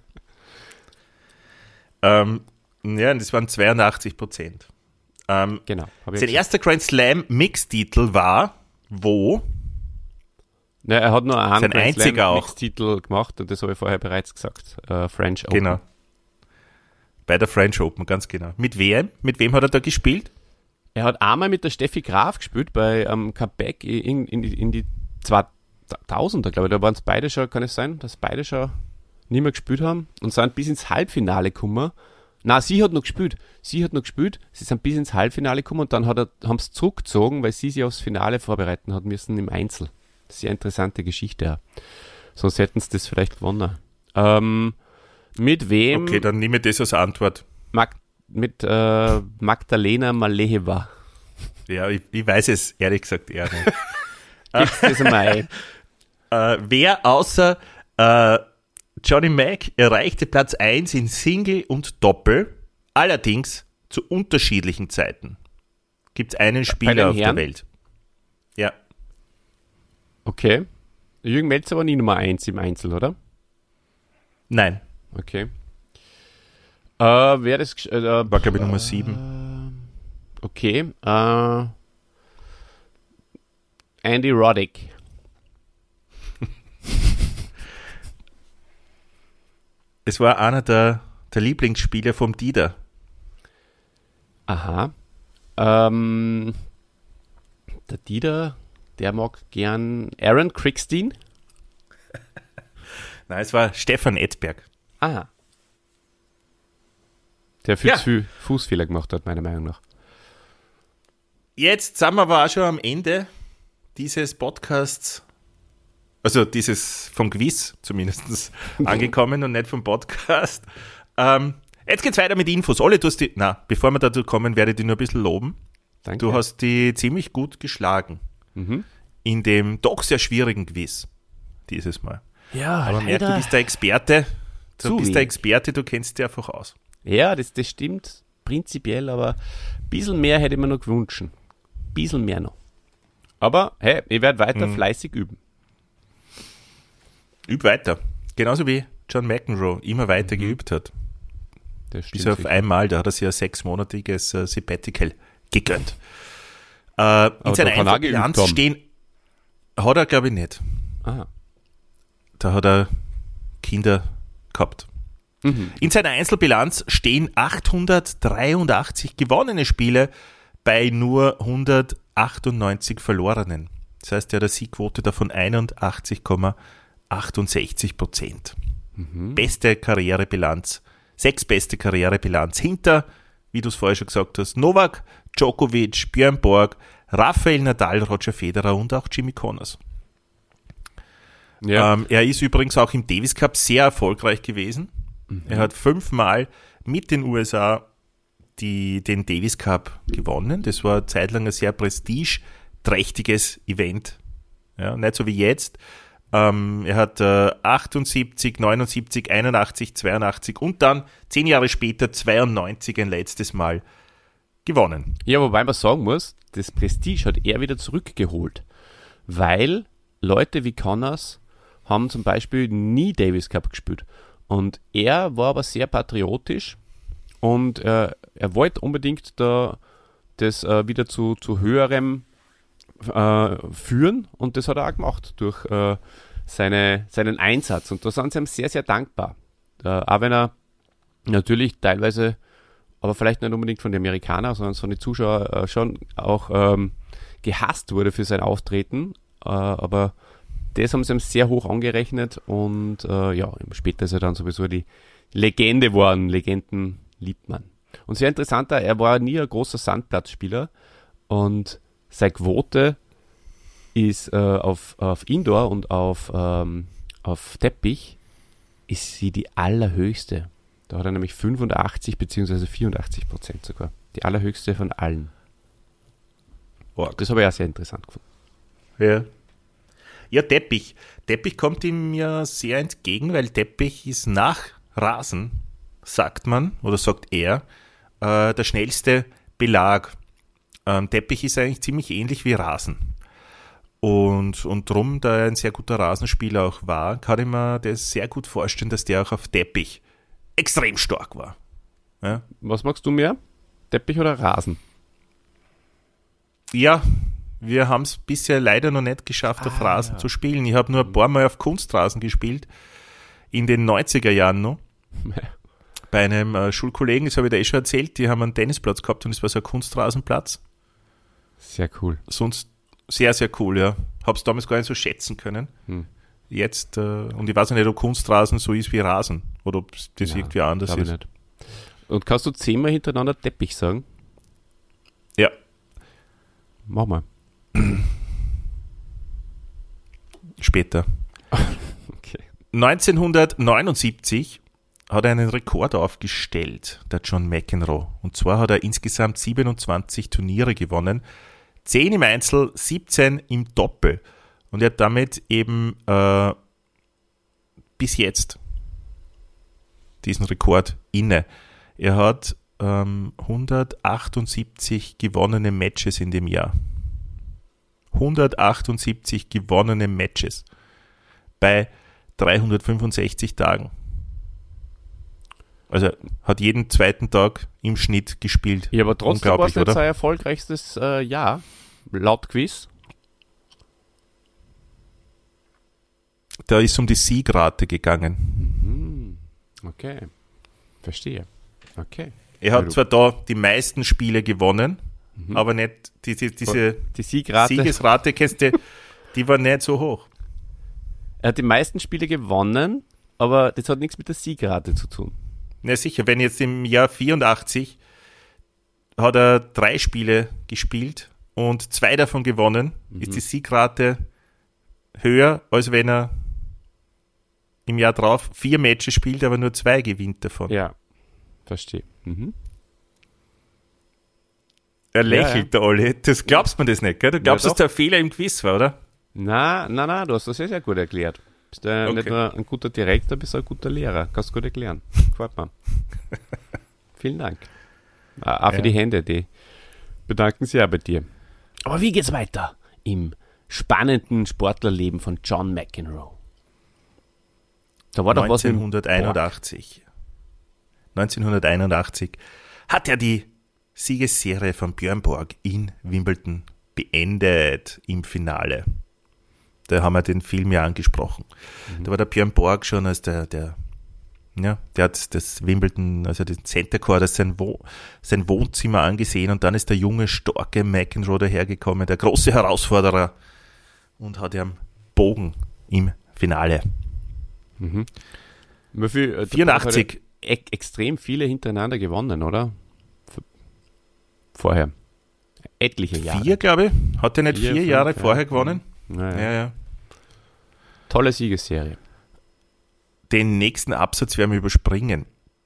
A: ähm, ja, das waren zweiundachtzig Prozent. Ähm,
D: Genau. hab ich
A: sein
D: gesagt.
A: erster Grand Slam Mixtitel war wo?
D: Ja, er hat nur einen
A: Sein
D: Grand
A: einziger
D: Slam
A: auch.
D: Mixtitel gemacht und das habe ich vorher bereits gesagt. Äh, French Open.
A: Genau. Bei der French Open, ganz genau. Mit wem? Mit wem hat er da gespielt?
D: Er hat einmal mit der Steffi Graf gespielt bei ähm, Comeback in, in, die, in die zweitausender, glaube ich. Da waren es beide schon, kann es sein, dass beide schon nicht mehr gespielt haben und sind bis ins Halbfinale gekommen. Na, sie hat noch gespielt. Sie hat noch gespielt. Sie sind bis ins Halbfinale gekommen und dann hat er, haben sie zurückgezogen, weil sie sich aufs Finale vorbereiten hat müssen im Einzel. Sehr interessante Geschichte. Ja. Sonst hätten sie das vielleicht gewonnen. Ähm, mit wem?
A: Okay, dann nehme ich das als Antwort.
D: Mag, mit äh, Magdalena Maleeva.
A: Ja, ich, ich weiß es ehrlich gesagt eher nicht.
D: Gibt's das einmal?
A: äh, wer außer äh, Johnny Mac erreichte Platz eins in Single und Doppel, allerdings zu unterschiedlichen Zeiten. Gibt es einen
D: den
A: Spieler auf
D: Herren?
A: der Welt. Ja,
D: Okay. Jürgen Melzer war nie Nummer eins im Einzel, oder?
A: nein,
D: Okay. Äh, wer das... gesch- Äh,
A: war glaube ich Nummer sieben.
D: okay. Äh, Andy Roddick.
A: Es war einer der, der Lieblingsspieler vom Dieter.
D: Aha. Ähm, der Dieter, der mag gern Aaron Crickstein.
A: Nein, es war Stefan Edberg.
D: Aha. Der viel
A: Ja.
D: zu viel Fußfehler gemacht hat, meiner Meinung nach.
A: Jetzt sind wir aber auch schon am Ende dieses Podcasts, also dieses vom Quiz zumindest angekommen und nicht vom Podcast. Ähm, jetzt geht's weiter mit Infos. Alle, du hast die, na, bevor wir dazu kommen, werde ich dich nur ein bisschen loben.
D: Danke.
A: Du hast die ziemlich gut geschlagen
D: Mhm.
A: in dem doch sehr schwierigen Quiz dieses Mal.
D: Ja,
A: Aber merk, du bist der Experte. Du
D: Zu
A: bist
D: wenig.
A: der Experte, du kennst dich einfach aus.
D: Ja, das, das stimmt prinzipiell, aber ein bisschen mehr hätte ich mir noch gewünscht. Ein bisschen mehr noch. Aber hey, ich werde weiter
A: Mhm.
D: fleißig üben.
A: Üb weiter. Genauso wie John McEnroe immer weiter
D: Mhm.
A: geübt hat.
D: Das stimmt
A: Bis auf
D: sicher.
A: einmal, da hat er sich ein sechsmonatiges äh, Sabbatical gegönnt. Äh, in
D: Aber
A: seiner
D: da kann er auch geübt
A: Einzelbilanz
D: haben.
A: stehen, hat er glaube ich nicht.
D: Aha.
A: Da hat er Kinder gehabt.
D: Mhm.
A: In seiner Einzelbilanz stehen achthundertdreiundachtzig gewonnene Spiele bei nur hundertachtundneunzig verlorenen. Das heißt, er hat eine Siegquote davon einundachtzig Komma achtundsechzig Prozent.
D: Mhm.
A: Beste Karrierebilanz, sechs beste Karrierebilanz hinter, wie du es vorher schon gesagt hast, Novak, Djokovic, Björn Borg, Rafael Nadal, Roger Federer und auch Jimmy Connors.
D: Ja.
A: Ähm, er ist übrigens auch im Davis Cup sehr erfolgreich gewesen. Er hat fünfmal mit den U S A die, den Davis Cup gewonnen. Das war zeitlang ein sehr prestigeträchtiges Event. Ja, nicht so wie jetzt. Ähm, er hat äh, achtundsiebzig, neunundsiebzig, einundachtzig, zweiundachtzig und dann zehn Jahre später zweiundneunzig ein letztes Mal gewonnen.
D: Ja, wobei man sagen muss, das Prestige hat er wieder zurückgeholt. Weil Leute wie Connors haben zum Beispiel nie Davis Cup gespielt. Und er war aber sehr patriotisch und äh, er wollte unbedingt da das äh, wieder zu, zu höherem äh, führen und das hat er auch gemacht durch äh, seine, seinen Einsatz. Und da sind sie ihm sehr, sehr dankbar. Äh, auch wenn er natürlich teilweise, aber vielleicht nicht unbedingt von den Amerikanern, sondern von den Zuschauern äh, schon auch ähm, gehasst wurde für sein Auftreten. Äh, aber das haben sie ihm sehr hoch angerechnet und äh, ja, später ist er dann sowieso die Legende geworden. Legenden liebt man. Und sehr interessanter, er war nie ein großer Sandplatzspieler und seine Quote ist äh, auf, auf Indoor und auf, ähm, auf Teppich ist sie die allerhöchste. Da hat er nämlich fünfundachtzig bzw. vierundachtzig Prozent sogar. Die allerhöchste von allen.
A: Org.
D: Das habe ich auch sehr interessant gefunden.
A: Ja. Ja, Teppich. Teppich kommt ihm ja sehr entgegen, weil Teppich ist nach Rasen, sagt man, oder sagt er, äh, der schnellste Belag. Ähm, Teppich ist eigentlich ziemlich ähnlich wie Rasen. Und, und drum, da er ein sehr guter Rasenspieler auch war, kann ich mir das sehr gut vorstellen, dass der auch auf Teppich extrem stark war. Ja,
D: Was magst du mehr? Teppich oder Rasen?
A: ja wir haben es bisher leider noch nicht geschafft, auf
D: Ah,
A: Rasen
D: ja.
A: zu spielen. Ich habe nur ein paar Mal auf Kunstrasen gespielt, in den neunziger Jahren noch. Bei einem äh, Schulkollegen, das habe ich dir eh schon erzählt, die haben einen Tennisplatz gehabt und es war so ein Kunstrasenplatz.
D: Sehr cool.
A: Sonst sehr, sehr cool, ja. Habe es damals gar nicht so schätzen können.
D: Hm.
A: Jetzt, äh, und ich weiß nicht, ob Kunstrasen so ist wie Rasen oder ob das
D: Ja,
A: irgendwie anders
D: glaub ich
A: ist.
D: nicht. Und kannst du zehnmal hintereinander Teppich sagen?
A: Ja,
D: Mach mal.
A: später.
D: Okay.
A: neunzehnhundertneunundsiebzig hat er einen Rekord aufgestellt, der John McEnroe. Und zwar hat er insgesamt siebenundzwanzig Turniere gewonnen, zehn im Einzel, siebzehn im Doppel. Und er hat damit eben äh, bis jetzt diesen Rekord inne. Er hat ähm, hundertachtundsiebzig gewonnene Matches in dem Jahr. hundertachtundsiebzig gewonnene Matches bei dreihundertfünfundsechzig Tagen. Also hat jeden zweiten Tag im Schnitt gespielt.
D: Ja, aber trotzdem war es
A: Unglaublich,
D: nicht
A: oder?
D: sein erfolgreichstes äh, Jahr, laut Quiz.
A: Da ist um die Siegrate gegangen.
D: Okay, verstehe. Okay.
A: Er hat
D: Ja, du-
A: zwar da die meisten Spiele gewonnen, aber nicht diese, diese
D: Die Siegrate.
A: Siegesrate, kennst du, die war nicht so hoch.
D: Er hat die meisten Spiele gewonnen, aber das hat nichts mit der Siegrate zu tun.
A: Na sicher, wenn jetzt im Jahr vierundachtzig hat er drei Spiele gespielt und zwei davon gewonnen, ist die Siegrate höher, als wenn er im Jahr drauf vier Matches spielt, aber nur zwei gewinnt davon.
D: Ja, verstehe. Mhm.
A: Er lächelt, der Olli. Das glaubst man das nicht, gell? Du glaubst,
D: Ja,
A: dass da ein Fehler im Quiz war, oder?
D: Na, na, na, du hast das sehr, sehr gut erklärt. Bist ja
A: Okay.
D: nicht nur ein guter Direktor, bist auch ein guter Lehrer. Kannst gut erklären. Gefällt mir. Vielen Dank. Ah, Auch für
A: Ja.
D: die Hände, die bedanken sich auch bei dir. Aber wie geht's weiter im spannenden Sportlerleben von John McEnroe? Da war doch was mit dem
A: neunzehnhunderteinundachtzig. neunzehnhunderteinundachtzig hat er die Siegesserie von Björn Borg in Wimbledon beendet im Finale. Da haben wir den Film ja angesprochen. Da war der Björn Borg schon als der, der, ja, der hat das Wimbledon, also den Center Court als sein, Wo- sein Wohnzimmer angesehen und dann ist der junge, starke McEnroe dahergekommen, der große Herausforderer und hat ihm Bogen im Finale.
D: Wie viel, äh,
A: vierundachtzig.
D: hat er e extrem viele hintereinander gewonnen, oder? F- Vorher. Etliche Jahre.
A: Vier, glaube ich. Hat er nicht
D: Vier,
A: vier,
D: fünf,
A: Jahre
D: ja.
A: vorher gewonnen?
D: Naja.
A: Ja, ja.
D: Tolle Siegesserie.
A: Den nächsten Absatz werden wir überspringen.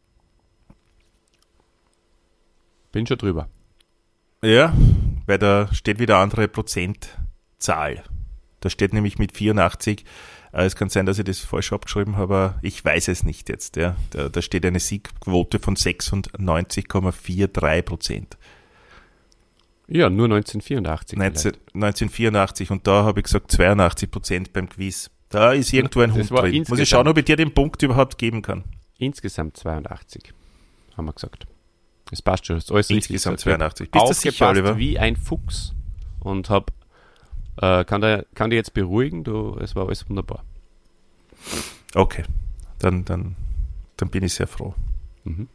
D: Bin schon drüber.
A: Ja, weil da steht wieder eine andere Prozentzahl. Da steht nämlich mit vierundachtzig, äh, es kann sein, dass ich das falsch abgeschrieben habe, aber ich weiß es nicht jetzt. Ja. Da, da steht eine Siegquote von sechsundneunzig Komma dreiundvierzig Prozent.
D: Ja, nur neunzehnhundertvierundachtzig.
A: neunzehn,
D: vielleicht.
A: neunzehnhundertvierundachtzig und da habe ich gesagt zweiundachtzig Prozent beim Quiz. Da ist irgendwo ein
D: Das
A: Hund
D: war
A: drin. Muss ich
D: insgesamt.
A: schauen, ob ich dir den Punkt überhaupt geben kann.
D: Insgesamt zweiundachtzig, haben wir gesagt. Das passt schon. Das ist alles richtig
A: Insgesamt
D: gesagt.
A: zweiundachtzig. Bist du sicher,
D: Aufgepasst
A: Oliver?
D: wie ein Fuchs und hab, äh, kann, der, kann dir jetzt beruhigen, du, es war alles wunderbar.
A: Okay, dann, dann, dann bin ich sehr froh.
D: Mhm.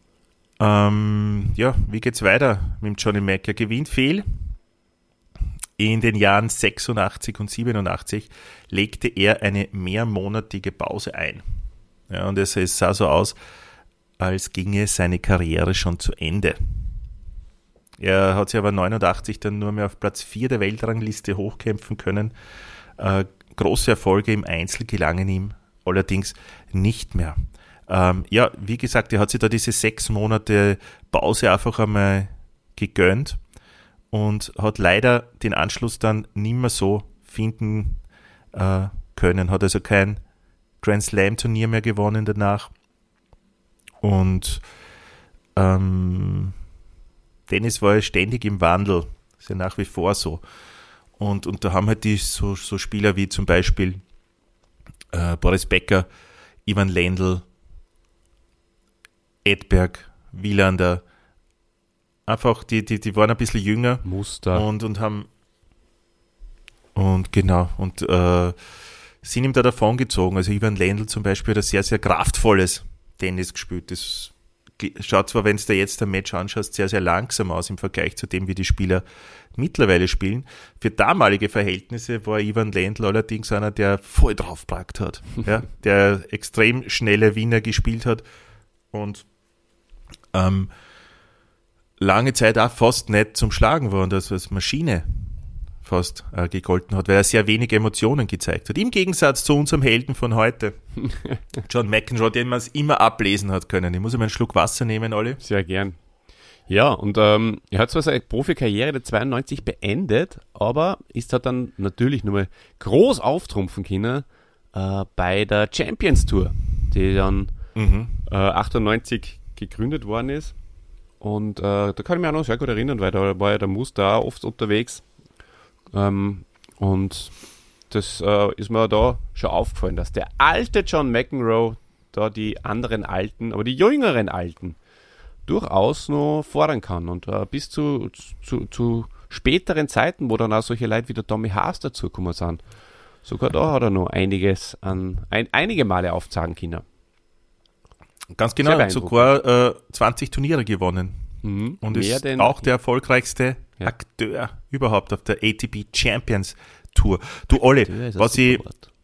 A: Ähm, ja, wie geht's weiter mit dem Johnny Mac? Er gewinnt viel, in den Jahren sechsundachtzig und siebenundachtzig legte er eine mehrmonatige Pause ein. Ja, und es sah so aus, als ginge seine Karriere schon zu Ende. Er hat sich aber neunundachtzig dann nur mehr auf Platz vier der Weltrangliste hochkämpfen können. Äh, große Erfolge im Einzel gelangen ihm allerdings nicht mehr. Ähm, ja, wie gesagt, er hat sich da diese sechs Monate Pause einfach einmal gegönnt und hat leider den Anschluss dann nicht mehr so finden äh, können. Hat also kein Grand Slam Turnier mehr gewonnen danach. Und ähm, Tennis war ja ständig im Wandel, ist ja nach wie vor so. Und, und da haben halt die so, so Spieler wie zum Beispiel äh, Boris Becker, Ivan Lendl, Edberg, Wielander, einfach, die, die, die waren ein bisschen jünger.
D: Muster.
A: Und, und haben, und genau, und äh, sind ihm da davon gezogen. Also Ivan Lendl zum Beispiel hat ein sehr, sehr kraftvolles Tennis gespielt. Das schaut zwar, wenn du dir jetzt ein Match anschaust, sehr, sehr langsam aus im Vergleich zu dem, wie die Spieler mittlerweile spielen. Für damalige Verhältnisse war Ivan Lendl allerdings einer, der voll draufgebracht hat, ja, der extrem schnelle Wiener gespielt hat und ähm, lange Zeit auch fast nicht zum Schlagen war und das als Maschine fast äh, gegolten hat, weil er sehr wenig Emotionen gezeigt hat. Im Gegensatz zu unserem Helden von heute, John McEnroe, den man es immer ablesen hat können. Ich muss immer einen Schluck Wasser nehmen, Olli.
D: Sehr gern. Ja, und ähm, er hat zwar seine Profikarriere zweiundneunzig beendet, aber ist halt dann natürlich nochmal groß auftrumpfen können äh, bei der Champions Tour, die dann mhm. äh, achtundneunzig gegründet worden ist. Und äh, da kann ich mich auch noch sehr gut erinnern, weil da war ja der Muster auch oft unterwegs. Ähm, und das äh, ist mir da schon aufgefallen, dass der alte John McEnroe da die anderen Alten, aber die jüngeren Alten durchaus noch fordern kann. Und äh, bis zu, zu, zu späteren Zeiten, wo dann auch solche Leute wie der Tommy Haas dazugekommen sind, sogar da hat er noch einiges an, ein, einige Male aufzeigen können.
A: Ganz genau, er hat sogar äh, zwanzig Turniere gewonnen. Mhm. Und ist denn, auch der erfolgreichste ja. Akteur überhaupt auf der A T P Champions Tour. Du Olli, was ich,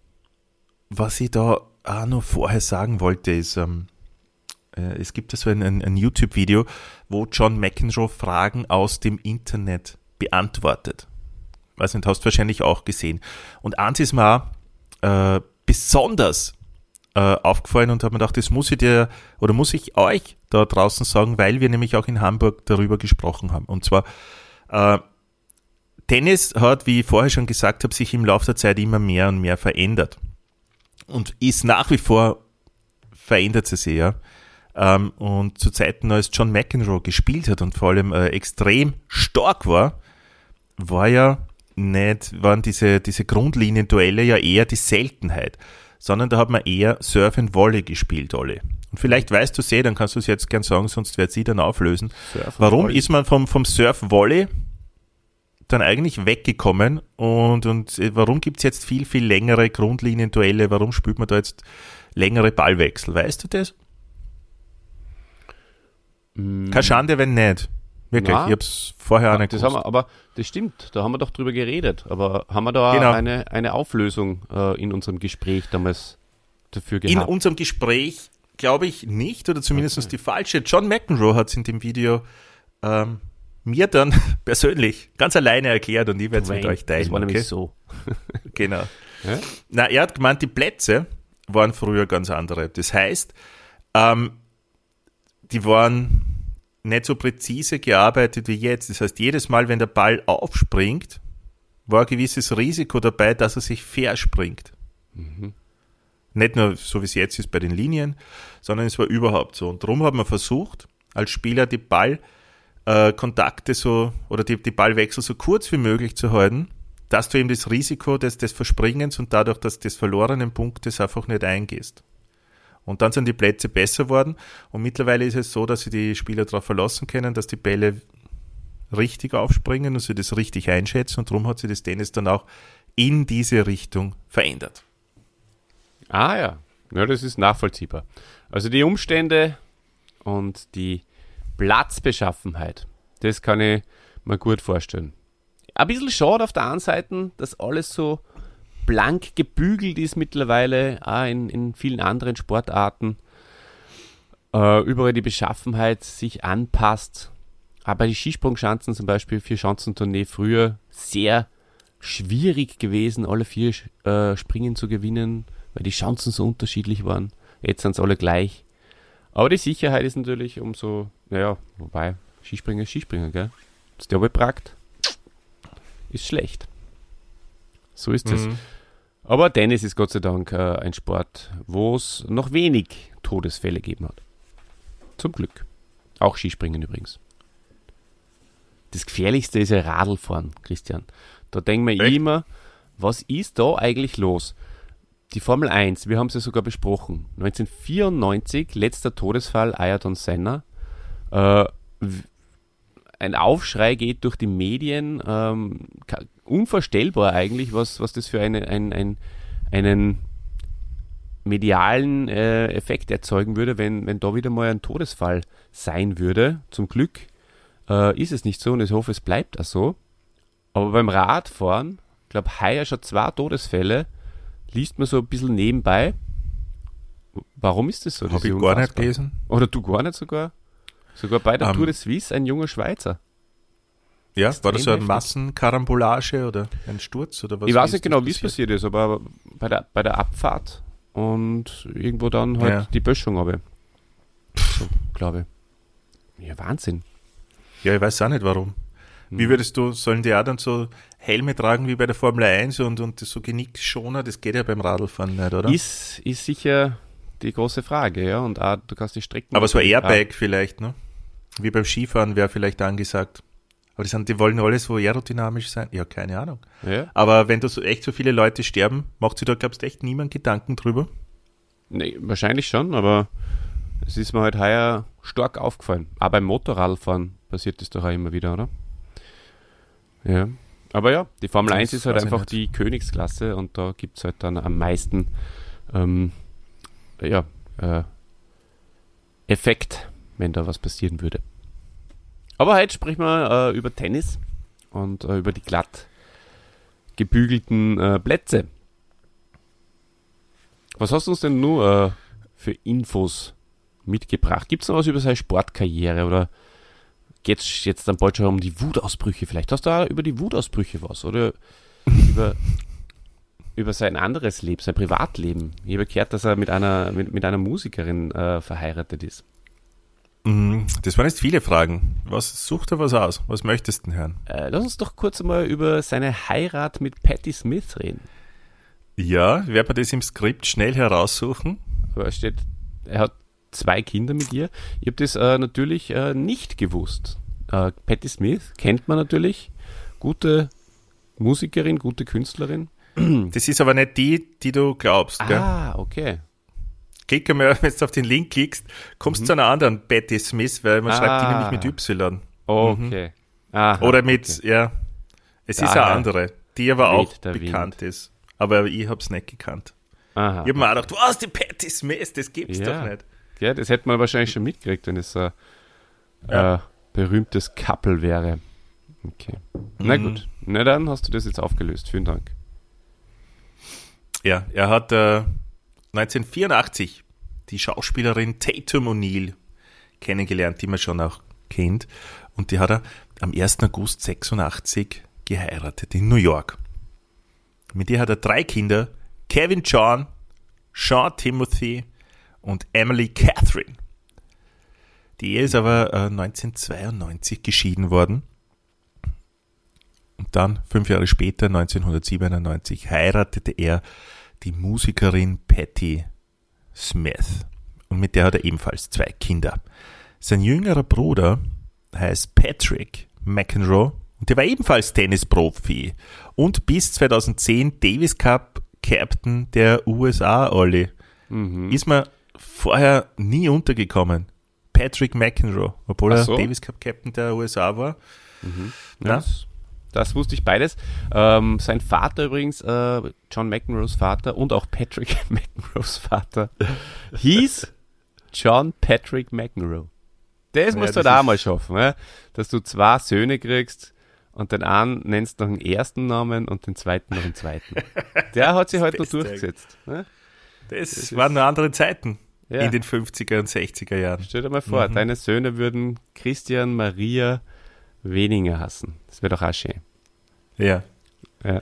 A: was ich da auch noch vorher sagen wollte, ist, ähm, äh, es gibt ja so ein, ein, ein YouTube-Video, wo John McEnroe Fragen aus dem Internet beantwortet. Weiß nicht, hast du wahrscheinlich auch gesehen. Und eins ist mir auch äh, besonders äh, aufgefallen und habe mir gedacht, das muss ich dir oder muss ich euch da draußen sagen, weil wir nämlich auch in Hamburg darüber gesprochen haben. Und zwar äh, Tennis hat, wie ich vorher schon gesagt habe, sich im Laufe der Zeit immer mehr und mehr verändert. Und ist nach wie vor verändert sie sich, ja. Ähm, und zu Zeiten, als John McEnroe gespielt hat und vor allem äh, extrem stark war, war ja nicht, waren diese, diese Grundlinienduelle ja eher die Seltenheit, sondern da hat man eher Surf and Volley gespielt, Olli. Und vielleicht weißt du es eh, dann kannst du es jetzt gern sagen, sonst wird sie dann auflösen. Warum ist man vom, vom Surf-Volley dann eigentlich weggekommen und, und warum gibt es jetzt viel, viel längere Grundlinienduelle? Warum spielt man da jetzt längere Ballwechsel? Weißt du das? Mm. Keine Schande, wenn nicht. Wirklich,
D: Na,
A: ich habe es vorher auch nicht
D: das
A: gewusst.
D: haben wir, aber das stimmt, da haben wir doch drüber geredet. Aber haben wir da
A: genau.
D: eine, eine Auflösung äh, in unserem Gespräch damals dafür gehabt?
A: In unserem Gespräch glaube ich nicht, oder zumindest okay. die falsche. John McEnroe hat es in dem Video ähm, mir dann persönlich ganz alleine erklärt und ich werde es mit euch teilen.
D: Das war
A: okay?
D: nämlich so.
A: Genau.
D: Ja?
A: Na, er hat gemeint, die Plätze waren früher ganz andere. Das heißt, ähm, die waren nicht so präzise gearbeitet wie jetzt. Das heißt, jedes Mal, wenn der Ball aufspringt, war ein gewisses Risiko dabei, dass er sich verspringt. Mhm. Nicht nur so, wie es jetzt ist bei den Linien, sondern es war überhaupt so. Und darum hat man versucht, als Spieler die Ballkontakte äh, so oder die, die Ballwechsel so kurz wie möglich zu halten, dass du eben das Risiko des, des Verspringens und dadurch dass des verlorenen Punktes einfach nicht eingehst. Und dann sind die Plätze besser worden und mittlerweile ist es so, dass sich die Spieler darauf verlassen können, dass die Bälle richtig aufspringen und sie das richtig einschätzen und darum hat sich das Tennis dann auch in diese Richtung verändert.
D: Ah ja, ja, das ist nachvollziehbar. Also die Umstände und die Platzbeschaffenheit, das kann ich mir gut vorstellen. ein bisschen schade auf der einen Seite, dass alles so blank gebügelt ist mittlerweile, auch in, in vielen anderen Sportarten. Äh, überall die Beschaffenheit sich anpasst. Aber bei den Skisprungschanzen zum Beispiel, vier Schanzentournee früher, sehr schwierig gewesen, alle vier äh, Springen zu gewinnen, weil die Chancen so unterschiedlich waren. Jetzt sind es alle gleich. Aber die Sicherheit ist natürlich umso, naja, wobei, Skispringer ist Skispringer, gell? Das der bepragt, ist schlecht. So ist es.
A: Mhm.
D: Aber Tennis ist Gott sei Dank äh, ein Sport, wo es noch wenig Todesfälle gegeben hat. Zum Glück. Auch Skispringen übrigens. Das Gefährlichste ist ja Radlfahren, Christian. Da denken wir
A: Echt?
D: immer, was ist da eigentlich los? Die Formel eins, wir haben es ja sogar besprochen. neunzehnhundertvierundneunzig, letzter Todesfall, Ayrton Senna. Äh, ein Aufschrei geht durch die Medien. Ähm, unvorstellbar eigentlich, was, was das für eine, ein, ein, einen medialen äh, Effekt erzeugen würde, wenn, wenn da wieder mal ein Todesfall sein würde. Zum Glück äh, ist es nicht so und ich hoffe, es bleibt auch so. Aber beim Radfahren, ich glaube, heuer schon zwei Todesfälle, liest man so ein bisschen nebenbei. Warum ist das so? Das
A: Habe
D: ist
A: ich gar nicht
D: unfassbar.
A: gelesen.
D: Oder du gar nicht sogar? Sogar bei der
A: Um,
D: Tour de Suisse ein junger Schweizer.
A: Ja, war das so eine
D: heftig.
A: Massenkarambolage oder ein Sturz? Oder was
D: Ich weiß
A: ist
D: nicht
A: das
D: genau, wie es
A: passiert?
D: passiert ist, aber bei der, bei der Abfahrt und irgendwo dann halt
A: Ja.
D: die Böschung habe. So, glaube ich. Ja, Wahnsinn.
A: Ja, ich weiß auch nicht warum. Wie würdest du, sollen die auch dann so Helme tragen wie bei der Formel eins und, und das so Genickschoner? Das geht ja beim Radlfahren nicht, oder?
D: Ist, ist sicher die große Frage, ja. Und auch, du kannst die Strecken.
A: Aber so ein
D: Ja.
A: Airbag vielleicht, ne? Wie beim Skifahren wäre vielleicht angesagt. Aber die, sind, die wollen alles so aerodynamisch sein. Ja, keine Ahnung.
D: Ja.
A: Aber wenn da so echt so viele Leute sterben, macht sich da, glaubst du, echt niemand Gedanken drüber?
D: Nee, wahrscheinlich schon, aber es ist mir halt heuer stark aufgefallen. Auch beim Motorradfahren passiert das doch auch immer wieder, oder? Ja. Aber ja, die Formel
A: Das
D: eins ist halt
A: weiß ich
D: einfach
A: nicht.
D: die Königsklasse und da gibt es halt dann am meisten ähm, ja, äh, Effekt, wenn da was passieren würde. Aber heute sprechen wir äh, über Tennis und äh, über die glatt gebügelten äh, Plätze. Was hast du uns denn nur äh, für Infos mitgebracht? Gibt es noch was über seine Sportkarriere oder geht es jetzt dann bald schon um die Wutausbrüche? Vielleicht hast du auch über die Wutausbrüche was oder über, über sein anderes Leben, sein Privatleben. Ich habe gehört, dass er mit einer, mit, mit einer Musikerin äh, verheiratet ist.
A: Mm, Das waren jetzt viele Fragen. Was sucht er was aus? Was möchtest du denn hören?
D: Äh, lass uns doch kurz mal über seine Heirat mit Patti Smith reden.
A: Ja, werden wir das im Skript schnell heraussuchen?
D: Aber es steht, er hat zwei Kinder mit ihr. Ich habe das äh, natürlich äh, nicht gewusst. Äh, Patti Smith kennt man natürlich. Gute Musikerin, gute Künstlerin.
A: Das ist aber nicht die, die du glaubst, gell?
D: Ah, okay.
A: Klick einmal, wenn du auf den Link klickst, kommst du zu einer anderen Patti Smith, weil man
D: Ah.
A: schreibt die nämlich mit Y.
D: Okay. Aha,
A: Oder mit,
D: okay.
A: ja, es ist
D: Daher
A: eine andere, die aber auch
D: weht der
A: bekannt ist. Aber ich hab's nicht gekannt.
D: Aha.
A: Ich hab mir auch gedacht, was, die Patti Smith, das gibt's
D: Ja.
A: doch nicht.
D: Ja, das hätte man wahrscheinlich schon mitgekriegt, wenn es so ein
A: Ja.
D: äh, berühmtes Couple wäre. Okay. Na
A: Mhm.
D: gut. Na dann hast du das jetzt aufgelöst. Vielen Dank.
A: Ja, er hat äh, neunzehnhundertvierundachtzig die Schauspielerin Tatum O'Neal kennengelernt, die man schon auch kennt. Und die hat er am ersten August sechsundachtzig geheiratet in New York. Mit ihr hat er drei Kinder, Kevin John, Sean Timothy und Emily Catherine. Die Ehe ist aber äh, neunzehnhundertzweiundneunzig geschieden worden. Und dann, fünf Jahre später, neunzehnhundertsiebenundneunzig, heiratete er die Musikerin Patti Smith. Und mit der hat er ebenfalls zwei Kinder. Sein jüngerer Bruder heißt Patrick McEnroe und der war ebenfalls Tennisprofi und bis zweitausendzehn Davis Cup Captain der U S A, Olli.
D: Mhm.
A: Ist mir vorher nie untergekommen. Patrick McEnroe, obwohl
D: Ach
A: er
D: so.
A: Davis Cup Captain der U S A war.
D: Ja,
A: Na?
D: das, das wusste ich beides. Ähm, sein Vater übrigens, äh, John McEnroes Vater und auch Patrick McEnroes Vater, hieß John Patrick McEnroe. Das
A: Ja,
D: musst
A: das
D: du halt auch
A: ist-
D: mal schaffen, ne? Dass du zwei Söhne kriegst und den einen nennst du noch den ersten Namen und den zweiten noch den zweiten. Der hat sich halt noch durchgesetzt. Ne?
A: Das, das waren nur andere Zeiten
D: ja.
A: in den fünfziger und sechziger Jahren.
D: Stell dir mal vor, mhm. deine Söhne würden Christian Maria Weninger hassen. Das wäre doch auch schön.
A: Ja.
D: ja.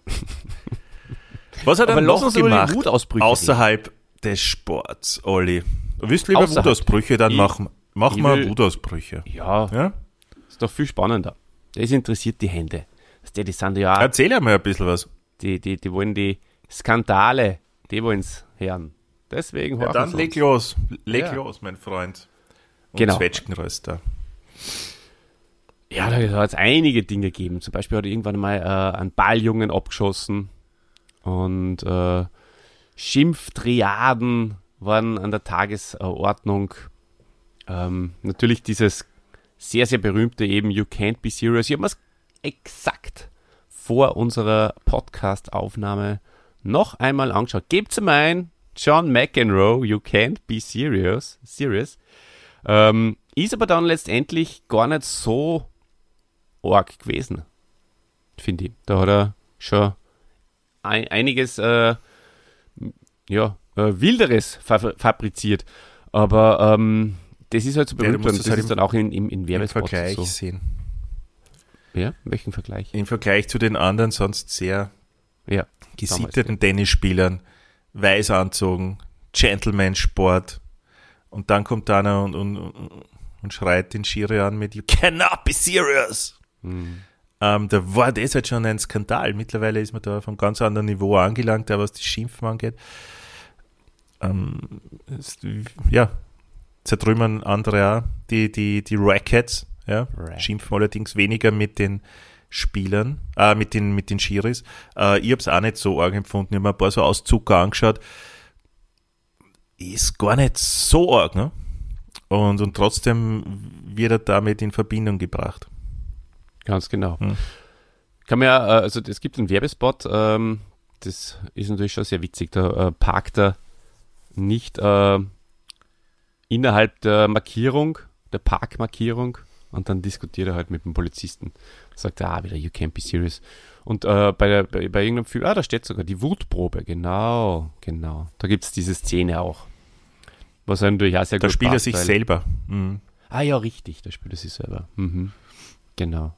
A: Was hat er noch gemacht
D: außerhalb
A: des Sports, Olli? Du willst lieber außerhalb. Wutausbrüche dann ich, machen? Mach mal will, Wutausbrüche.
D: Ja, ja, ist doch viel spannender. Das interessiert die Hände. Die, die sind ja
A: Erzähl ja mal ein bisschen was.
D: Die, die, die wollen die Skandale, die wollen es hören. Deswegen
A: ja, dann leg los. Leg ja. los, mein Freund. Und
D: genau.
A: Zwetschgenröster.
D: Ja, da hat es einige Dinge gegeben. Zum Beispiel hat er irgendwann mal äh, einen Balljungen abgeschossen und äh, Schimpftriaden waren an der Tagesordnung. Ähm, natürlich dieses sehr, sehr berühmte eben You Can't Be Serious. Ich habe mir es exakt vor unserer Podcast-Aufnahme noch einmal angeschaut. Gebt's ihm ein, John McEnroe, You Can't Be Serious. serious. Ähm, ist aber dann letztendlich gar nicht so arg gewesen, finde ich. Da hat er schon ein, einiges äh, ja, äh, Wilderes fa- fabriziert. Aber ähm, das ist halt so berühmt ja, und das halt ist dann auch in, in, in Werbespots
A: Vergleich
D: so.
A: sehen.
D: Ja, welchen Vergleich?
A: Im Vergleich zu den anderen sonst sehr
D: ja,
A: gesitteten Tennisspielern, weiß anzogen, Gentleman-Sport und dann kommt einer und, und, und schreit den Schiri an mit You cannot be serious. Mhm. Ähm, da war das halt schon ein Skandal. Mittlerweile ist man da auf einem ganz anderen Niveau angelangt, was das Schimpfen angeht. Ähm, ist, ja, zertrümmern andere auch die, die, die Rackets, ja, right. Schimpfen allerdings weniger mit den Spielern, äh, mit den, mit den Schiris. Äh, ich habe es auch nicht so arg empfunden. Ich habe mir ein paar so Auszucker angeschaut. Ist gar nicht so arg, ne? Und, und trotzdem wird er damit in Verbindung gebracht.
D: Ganz genau.
A: Hm.
D: Kann man ja, also es gibt einen Werbespot, ähm, das ist natürlich schon sehr witzig. Da äh, parkt er nicht äh, innerhalb der Markierung, der Parkmarkierung, und dann diskutiert er halt mit dem Polizisten. Sagt er, ah, wieder You Can't Be Serious. Und äh, bei, der, bei, bei irgendeinem Film, ah, da steht sogar die Wutprobe. Genau, genau. Da gibt es diese Szene auch. Was er natürlich auch sehr
A: da
D: gut
A: spielt
D: passt,
A: er sich
D: weil,
A: selber. Mhm.
D: Ah ja, richtig, da spielt er sich selber. Mhm. Genau.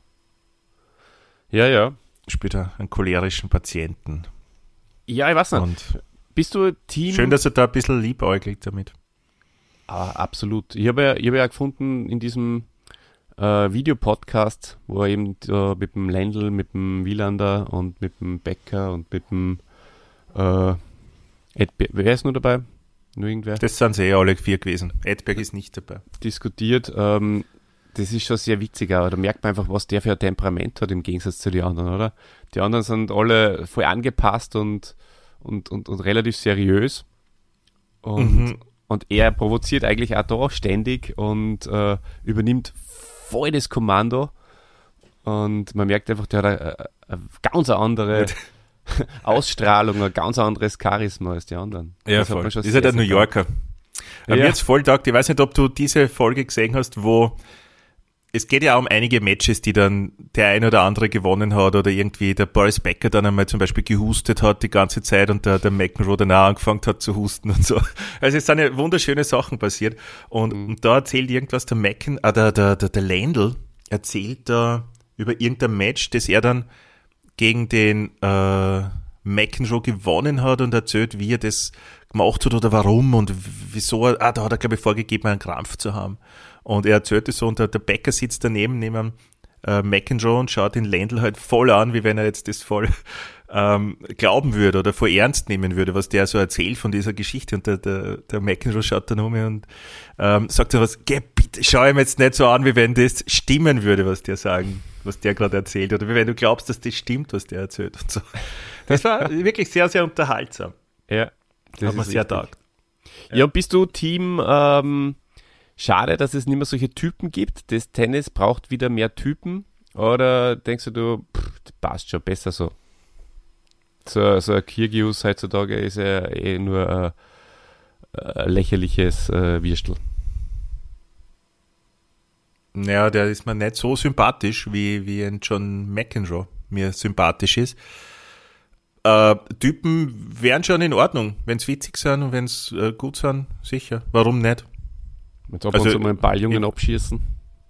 D: Ja, ja.
A: Spielt er einen cholerischen Patienten.
D: Ja, ich weiß nicht.
A: Und
D: bist du Team...
A: Schön, dass er da ein bisschen liebäugelt damit.
D: Ah, absolut. Ich habe ja, ich hab ja gefunden in diesem äh, Videopodcast, wo er eben äh, mit dem Lendl, mit dem Wielander und mit dem Becker und mit dem äh, Edberg, wer ist nur dabei? Nur irgendwer?
A: Das sind sie eh alle vier gewesen. Edberg ist nicht dabei.
D: Diskutiert. Ähm, das ist schon sehr witzig, aber da merkt man einfach, was der für ein Temperament hat im Gegensatz zu den anderen, oder? Die anderen sind alle voll angepasst und, und, und, und relativ seriös. Und,
A: mhm.
D: und er provoziert eigentlich auch da ständig und äh, übernimmt voll das Kommando. Und man merkt einfach, der hat eine, eine ganz andere Ausstrahlung, ein ganz anderes Charisma als die anderen.
A: Ja,
D: das
A: voll.
D: Hat man schon
A: ist ja der New Yorker. Ja. Mir jetzt voll taugt, ich weiß nicht, ob du diese Folge gesehen hast, wo es geht ja auch um einige Matches, die dann der ein oder andere gewonnen hat oder irgendwie der Boris Becker dann einmal zum Beispiel gehustet hat die ganze Zeit und der, der McEnroe dann auch angefangen hat zu husten und so. Also es sind ja wunderschöne Sachen passiert und, mhm. und da erzählt irgendwas der McEnroe, ah, der, der, der, der Lendl erzählt da über irgendein Match, das er dann gegen den äh, McEnroe gewonnen hat und erzählt, wie er das gemacht hat oder warum und wieso. Ah, da hat er, glaube ich, vorgegeben, einen Krampf zu haben. Und er erzählt es so und der, der Becker sitzt daneben, neben äh, McEnroe und schaut den Lendl halt voll an, wie wenn er jetzt das voll ähm, glauben würde oder voll ernst nehmen würde, was der so erzählt von dieser Geschichte. Und der, der, der McEnroe schaut dann um und ähm, sagt so was, geh bitte, schau ihm jetzt nicht so an, wie wenn das stimmen würde, was der sagen, was der gerade erzählt, oder wie wenn du glaubst, dass das stimmt, was der erzählt und so. Das war wirklich sehr, sehr unterhaltsam.
D: Ja.
A: Das hat man sehr taugt.
D: Ja. ja, bist du Team, ähm, schade, dass es nicht mehr solche Typen gibt, das Tennis braucht wieder mehr Typen, oder denkst du, du pff, das passt schon besser so? So, so ein Kyrgios heutzutage ist ja eh nur ein, ein lächerliches äh, Würstel.
A: Naja, der ist mir nicht so sympathisch, wie, wie ein John McEnroe mir sympathisch ist. Äh, Typen wären schon in Ordnung, wenn es witzig sind und wenn es äh, gut sind, sicher. Warum nicht?
D: Jetzt ab
A: Also,
D: und zu mal einen Balljungen
A: ich-
D: abschießen.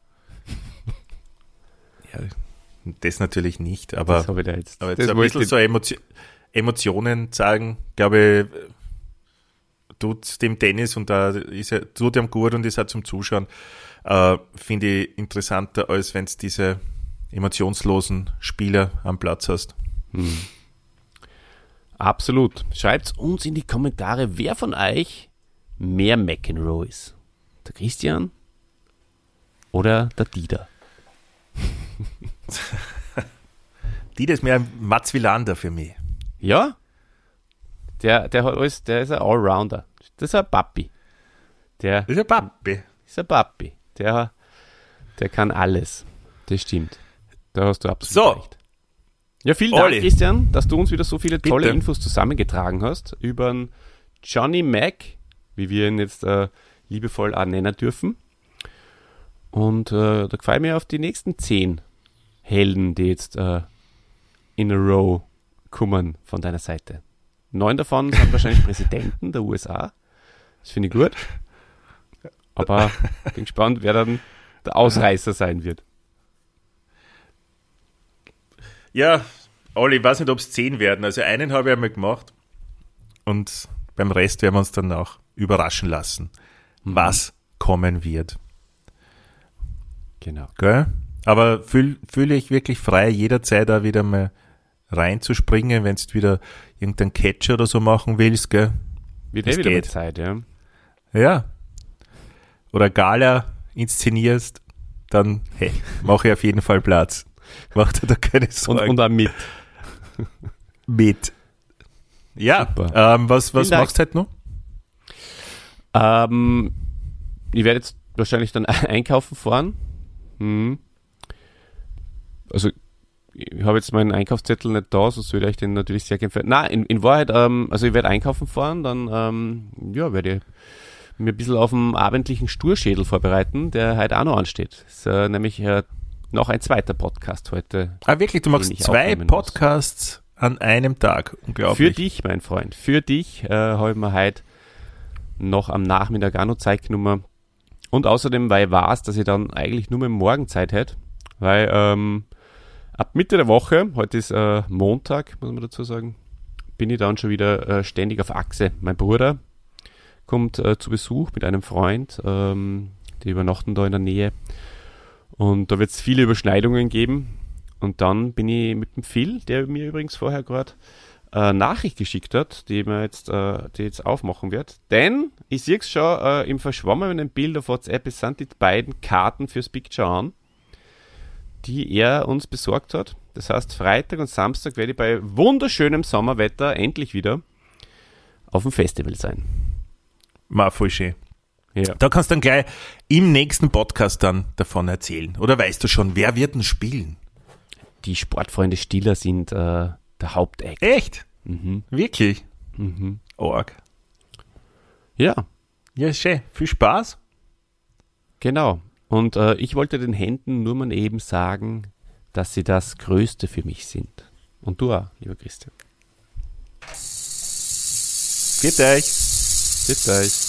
A: Ja, das natürlich nicht, aber,
D: Das habe ich da jetzt.
A: aber jetzt
D: das
A: ein
D: wollte
A: bisschen
D: ich-
A: so Emotio- Emotionen zeigen, glaube ich, tut dem Tennis und da ist er, tut ihm gut und ist auch zum Zuschauen, äh, finde ich interessanter, als wenn es diese emotionslosen Spieler am Platz hast.
D: Absolut. Schreibt uns in die Kommentare, wer von euch mehr McEnroe ist. Der Christian oder der Dieter?
A: Die, das ist mehr ein Mats Wilander für mich.
D: Ja? Der, der hat alles, der ist ein Allrounder. Das ist ein Papi. Der
A: Das ist ein Papi.
D: ist ein Papi. Der, der kann alles. Das stimmt. Da hast du absolut
A: So.
D: recht. Ja, vielen Dank,
A: Olli.
D: Christian, dass du uns wieder so viele tolle
A: Bitte.
D: Infos zusammengetragen hast über den Johnny Mac, wie wir ihn jetzt äh, liebevoll auch nennen dürfen. Und äh, da freue ich mich auf die nächsten zehn Helden, die jetzt äh, in a row kommen von deiner Seite. Neun davon sind wahrscheinlich Präsidenten der U S A. Das finde ich gut. Aber bin gespannt, wer dann der Ausreißer sein wird.
A: Ja, Olli, ich weiß nicht, ob es zehn werden. Also einen habe ich einmal gemacht und beim Rest werden wir uns dann auch überraschen lassen, was kommen wird.
D: Genau.
A: Gell? Aber fühle fühl ich wirklich frei, jederzeit da wieder mal reinzuspringen, wenn du wieder irgendeinen Catch oder so machen willst, gell?
D: Wird
A: Das
D: eh wieder mal
A: geht.
D: Zeit, ja.
A: Ja. Oder Gala inszenierst, dann hey, mache ich auf jeden Fall Platz. Mach dir da keine
D: Und,
A: Sorgen.
D: und auch mit.
A: mit. Ja,
D: Super.
A: ähm, was, was
D: Vielen Dank.
A: machst du heute noch?
D: Ähm, ich werde jetzt wahrscheinlich dann einkaufen fahren. Hm. Also, ich habe jetzt meinen Einkaufszettel nicht da, sonst würde ich den natürlich sehr gerne. ver- Nein, in, in Wahrheit, ähm, also ich werde einkaufen fahren, dann ähm, ja, werde ich mir ein bisschen auf den abendlichen Sturschädel vorbereiten, der heute auch noch ansteht. Das ist äh, nämlich äh, noch ein zweiter Podcast heute.
A: Ah, wirklich, du machst
D: den ich
A: zwei
D: aufnehmen muss.
A: Podcasts an einem Tag. Unglaublich.
D: Für dich, mein Freund, für dich äh, habe ich mir heute noch am Nachmittag auch noch Zeit genommen. Und außerdem, weil ich weiß, dass ich dann eigentlich nur mehr morgen Zeit hätte, weil ähm, ab Mitte der Woche, heute ist äh, Montag, muss man dazu sagen, bin ich dann schon wieder äh, ständig auf Achse. Mein Bruder kommt äh, zu Besuch mit einem Freund, ähm, die übernachten da in der Nähe. Und da wird es viele Überschneidungen geben. Und dann bin ich mit dem Phil, der mir übrigens vorher gerade äh, Nachricht geschickt hat, die mir jetzt, äh, die jetzt aufmachen wird. Denn ich sehe es schon äh, im verschwommenen Bild auf WhatsApp, es sind die beiden Karten fürs Picture On, die er uns besorgt hat. Das heißt, Freitag und Samstag werde ich bei wunderschönem Sommerwetter endlich wieder auf dem Festival sein.
A: Ma, voll schön.
D: Ja.
A: Da kannst du dann gleich im nächsten Podcast dann davon erzählen. Oder weißt du schon, wer wird denn spielen?
D: Die Sportfreunde Stiller sind äh, der Haupteck.
A: Echt?
D: Mhm.
A: Wirklich?
D: Mhm.
A: Org.
D: Ja,
A: Ja, schön. Viel Spaß.
D: genau. Und äh, ich wollte den Händen nur mal eben sagen, dass sie das Größte für mich sind. Und du auch, lieber Christian.
A: Geht euch.
D: Bis euch.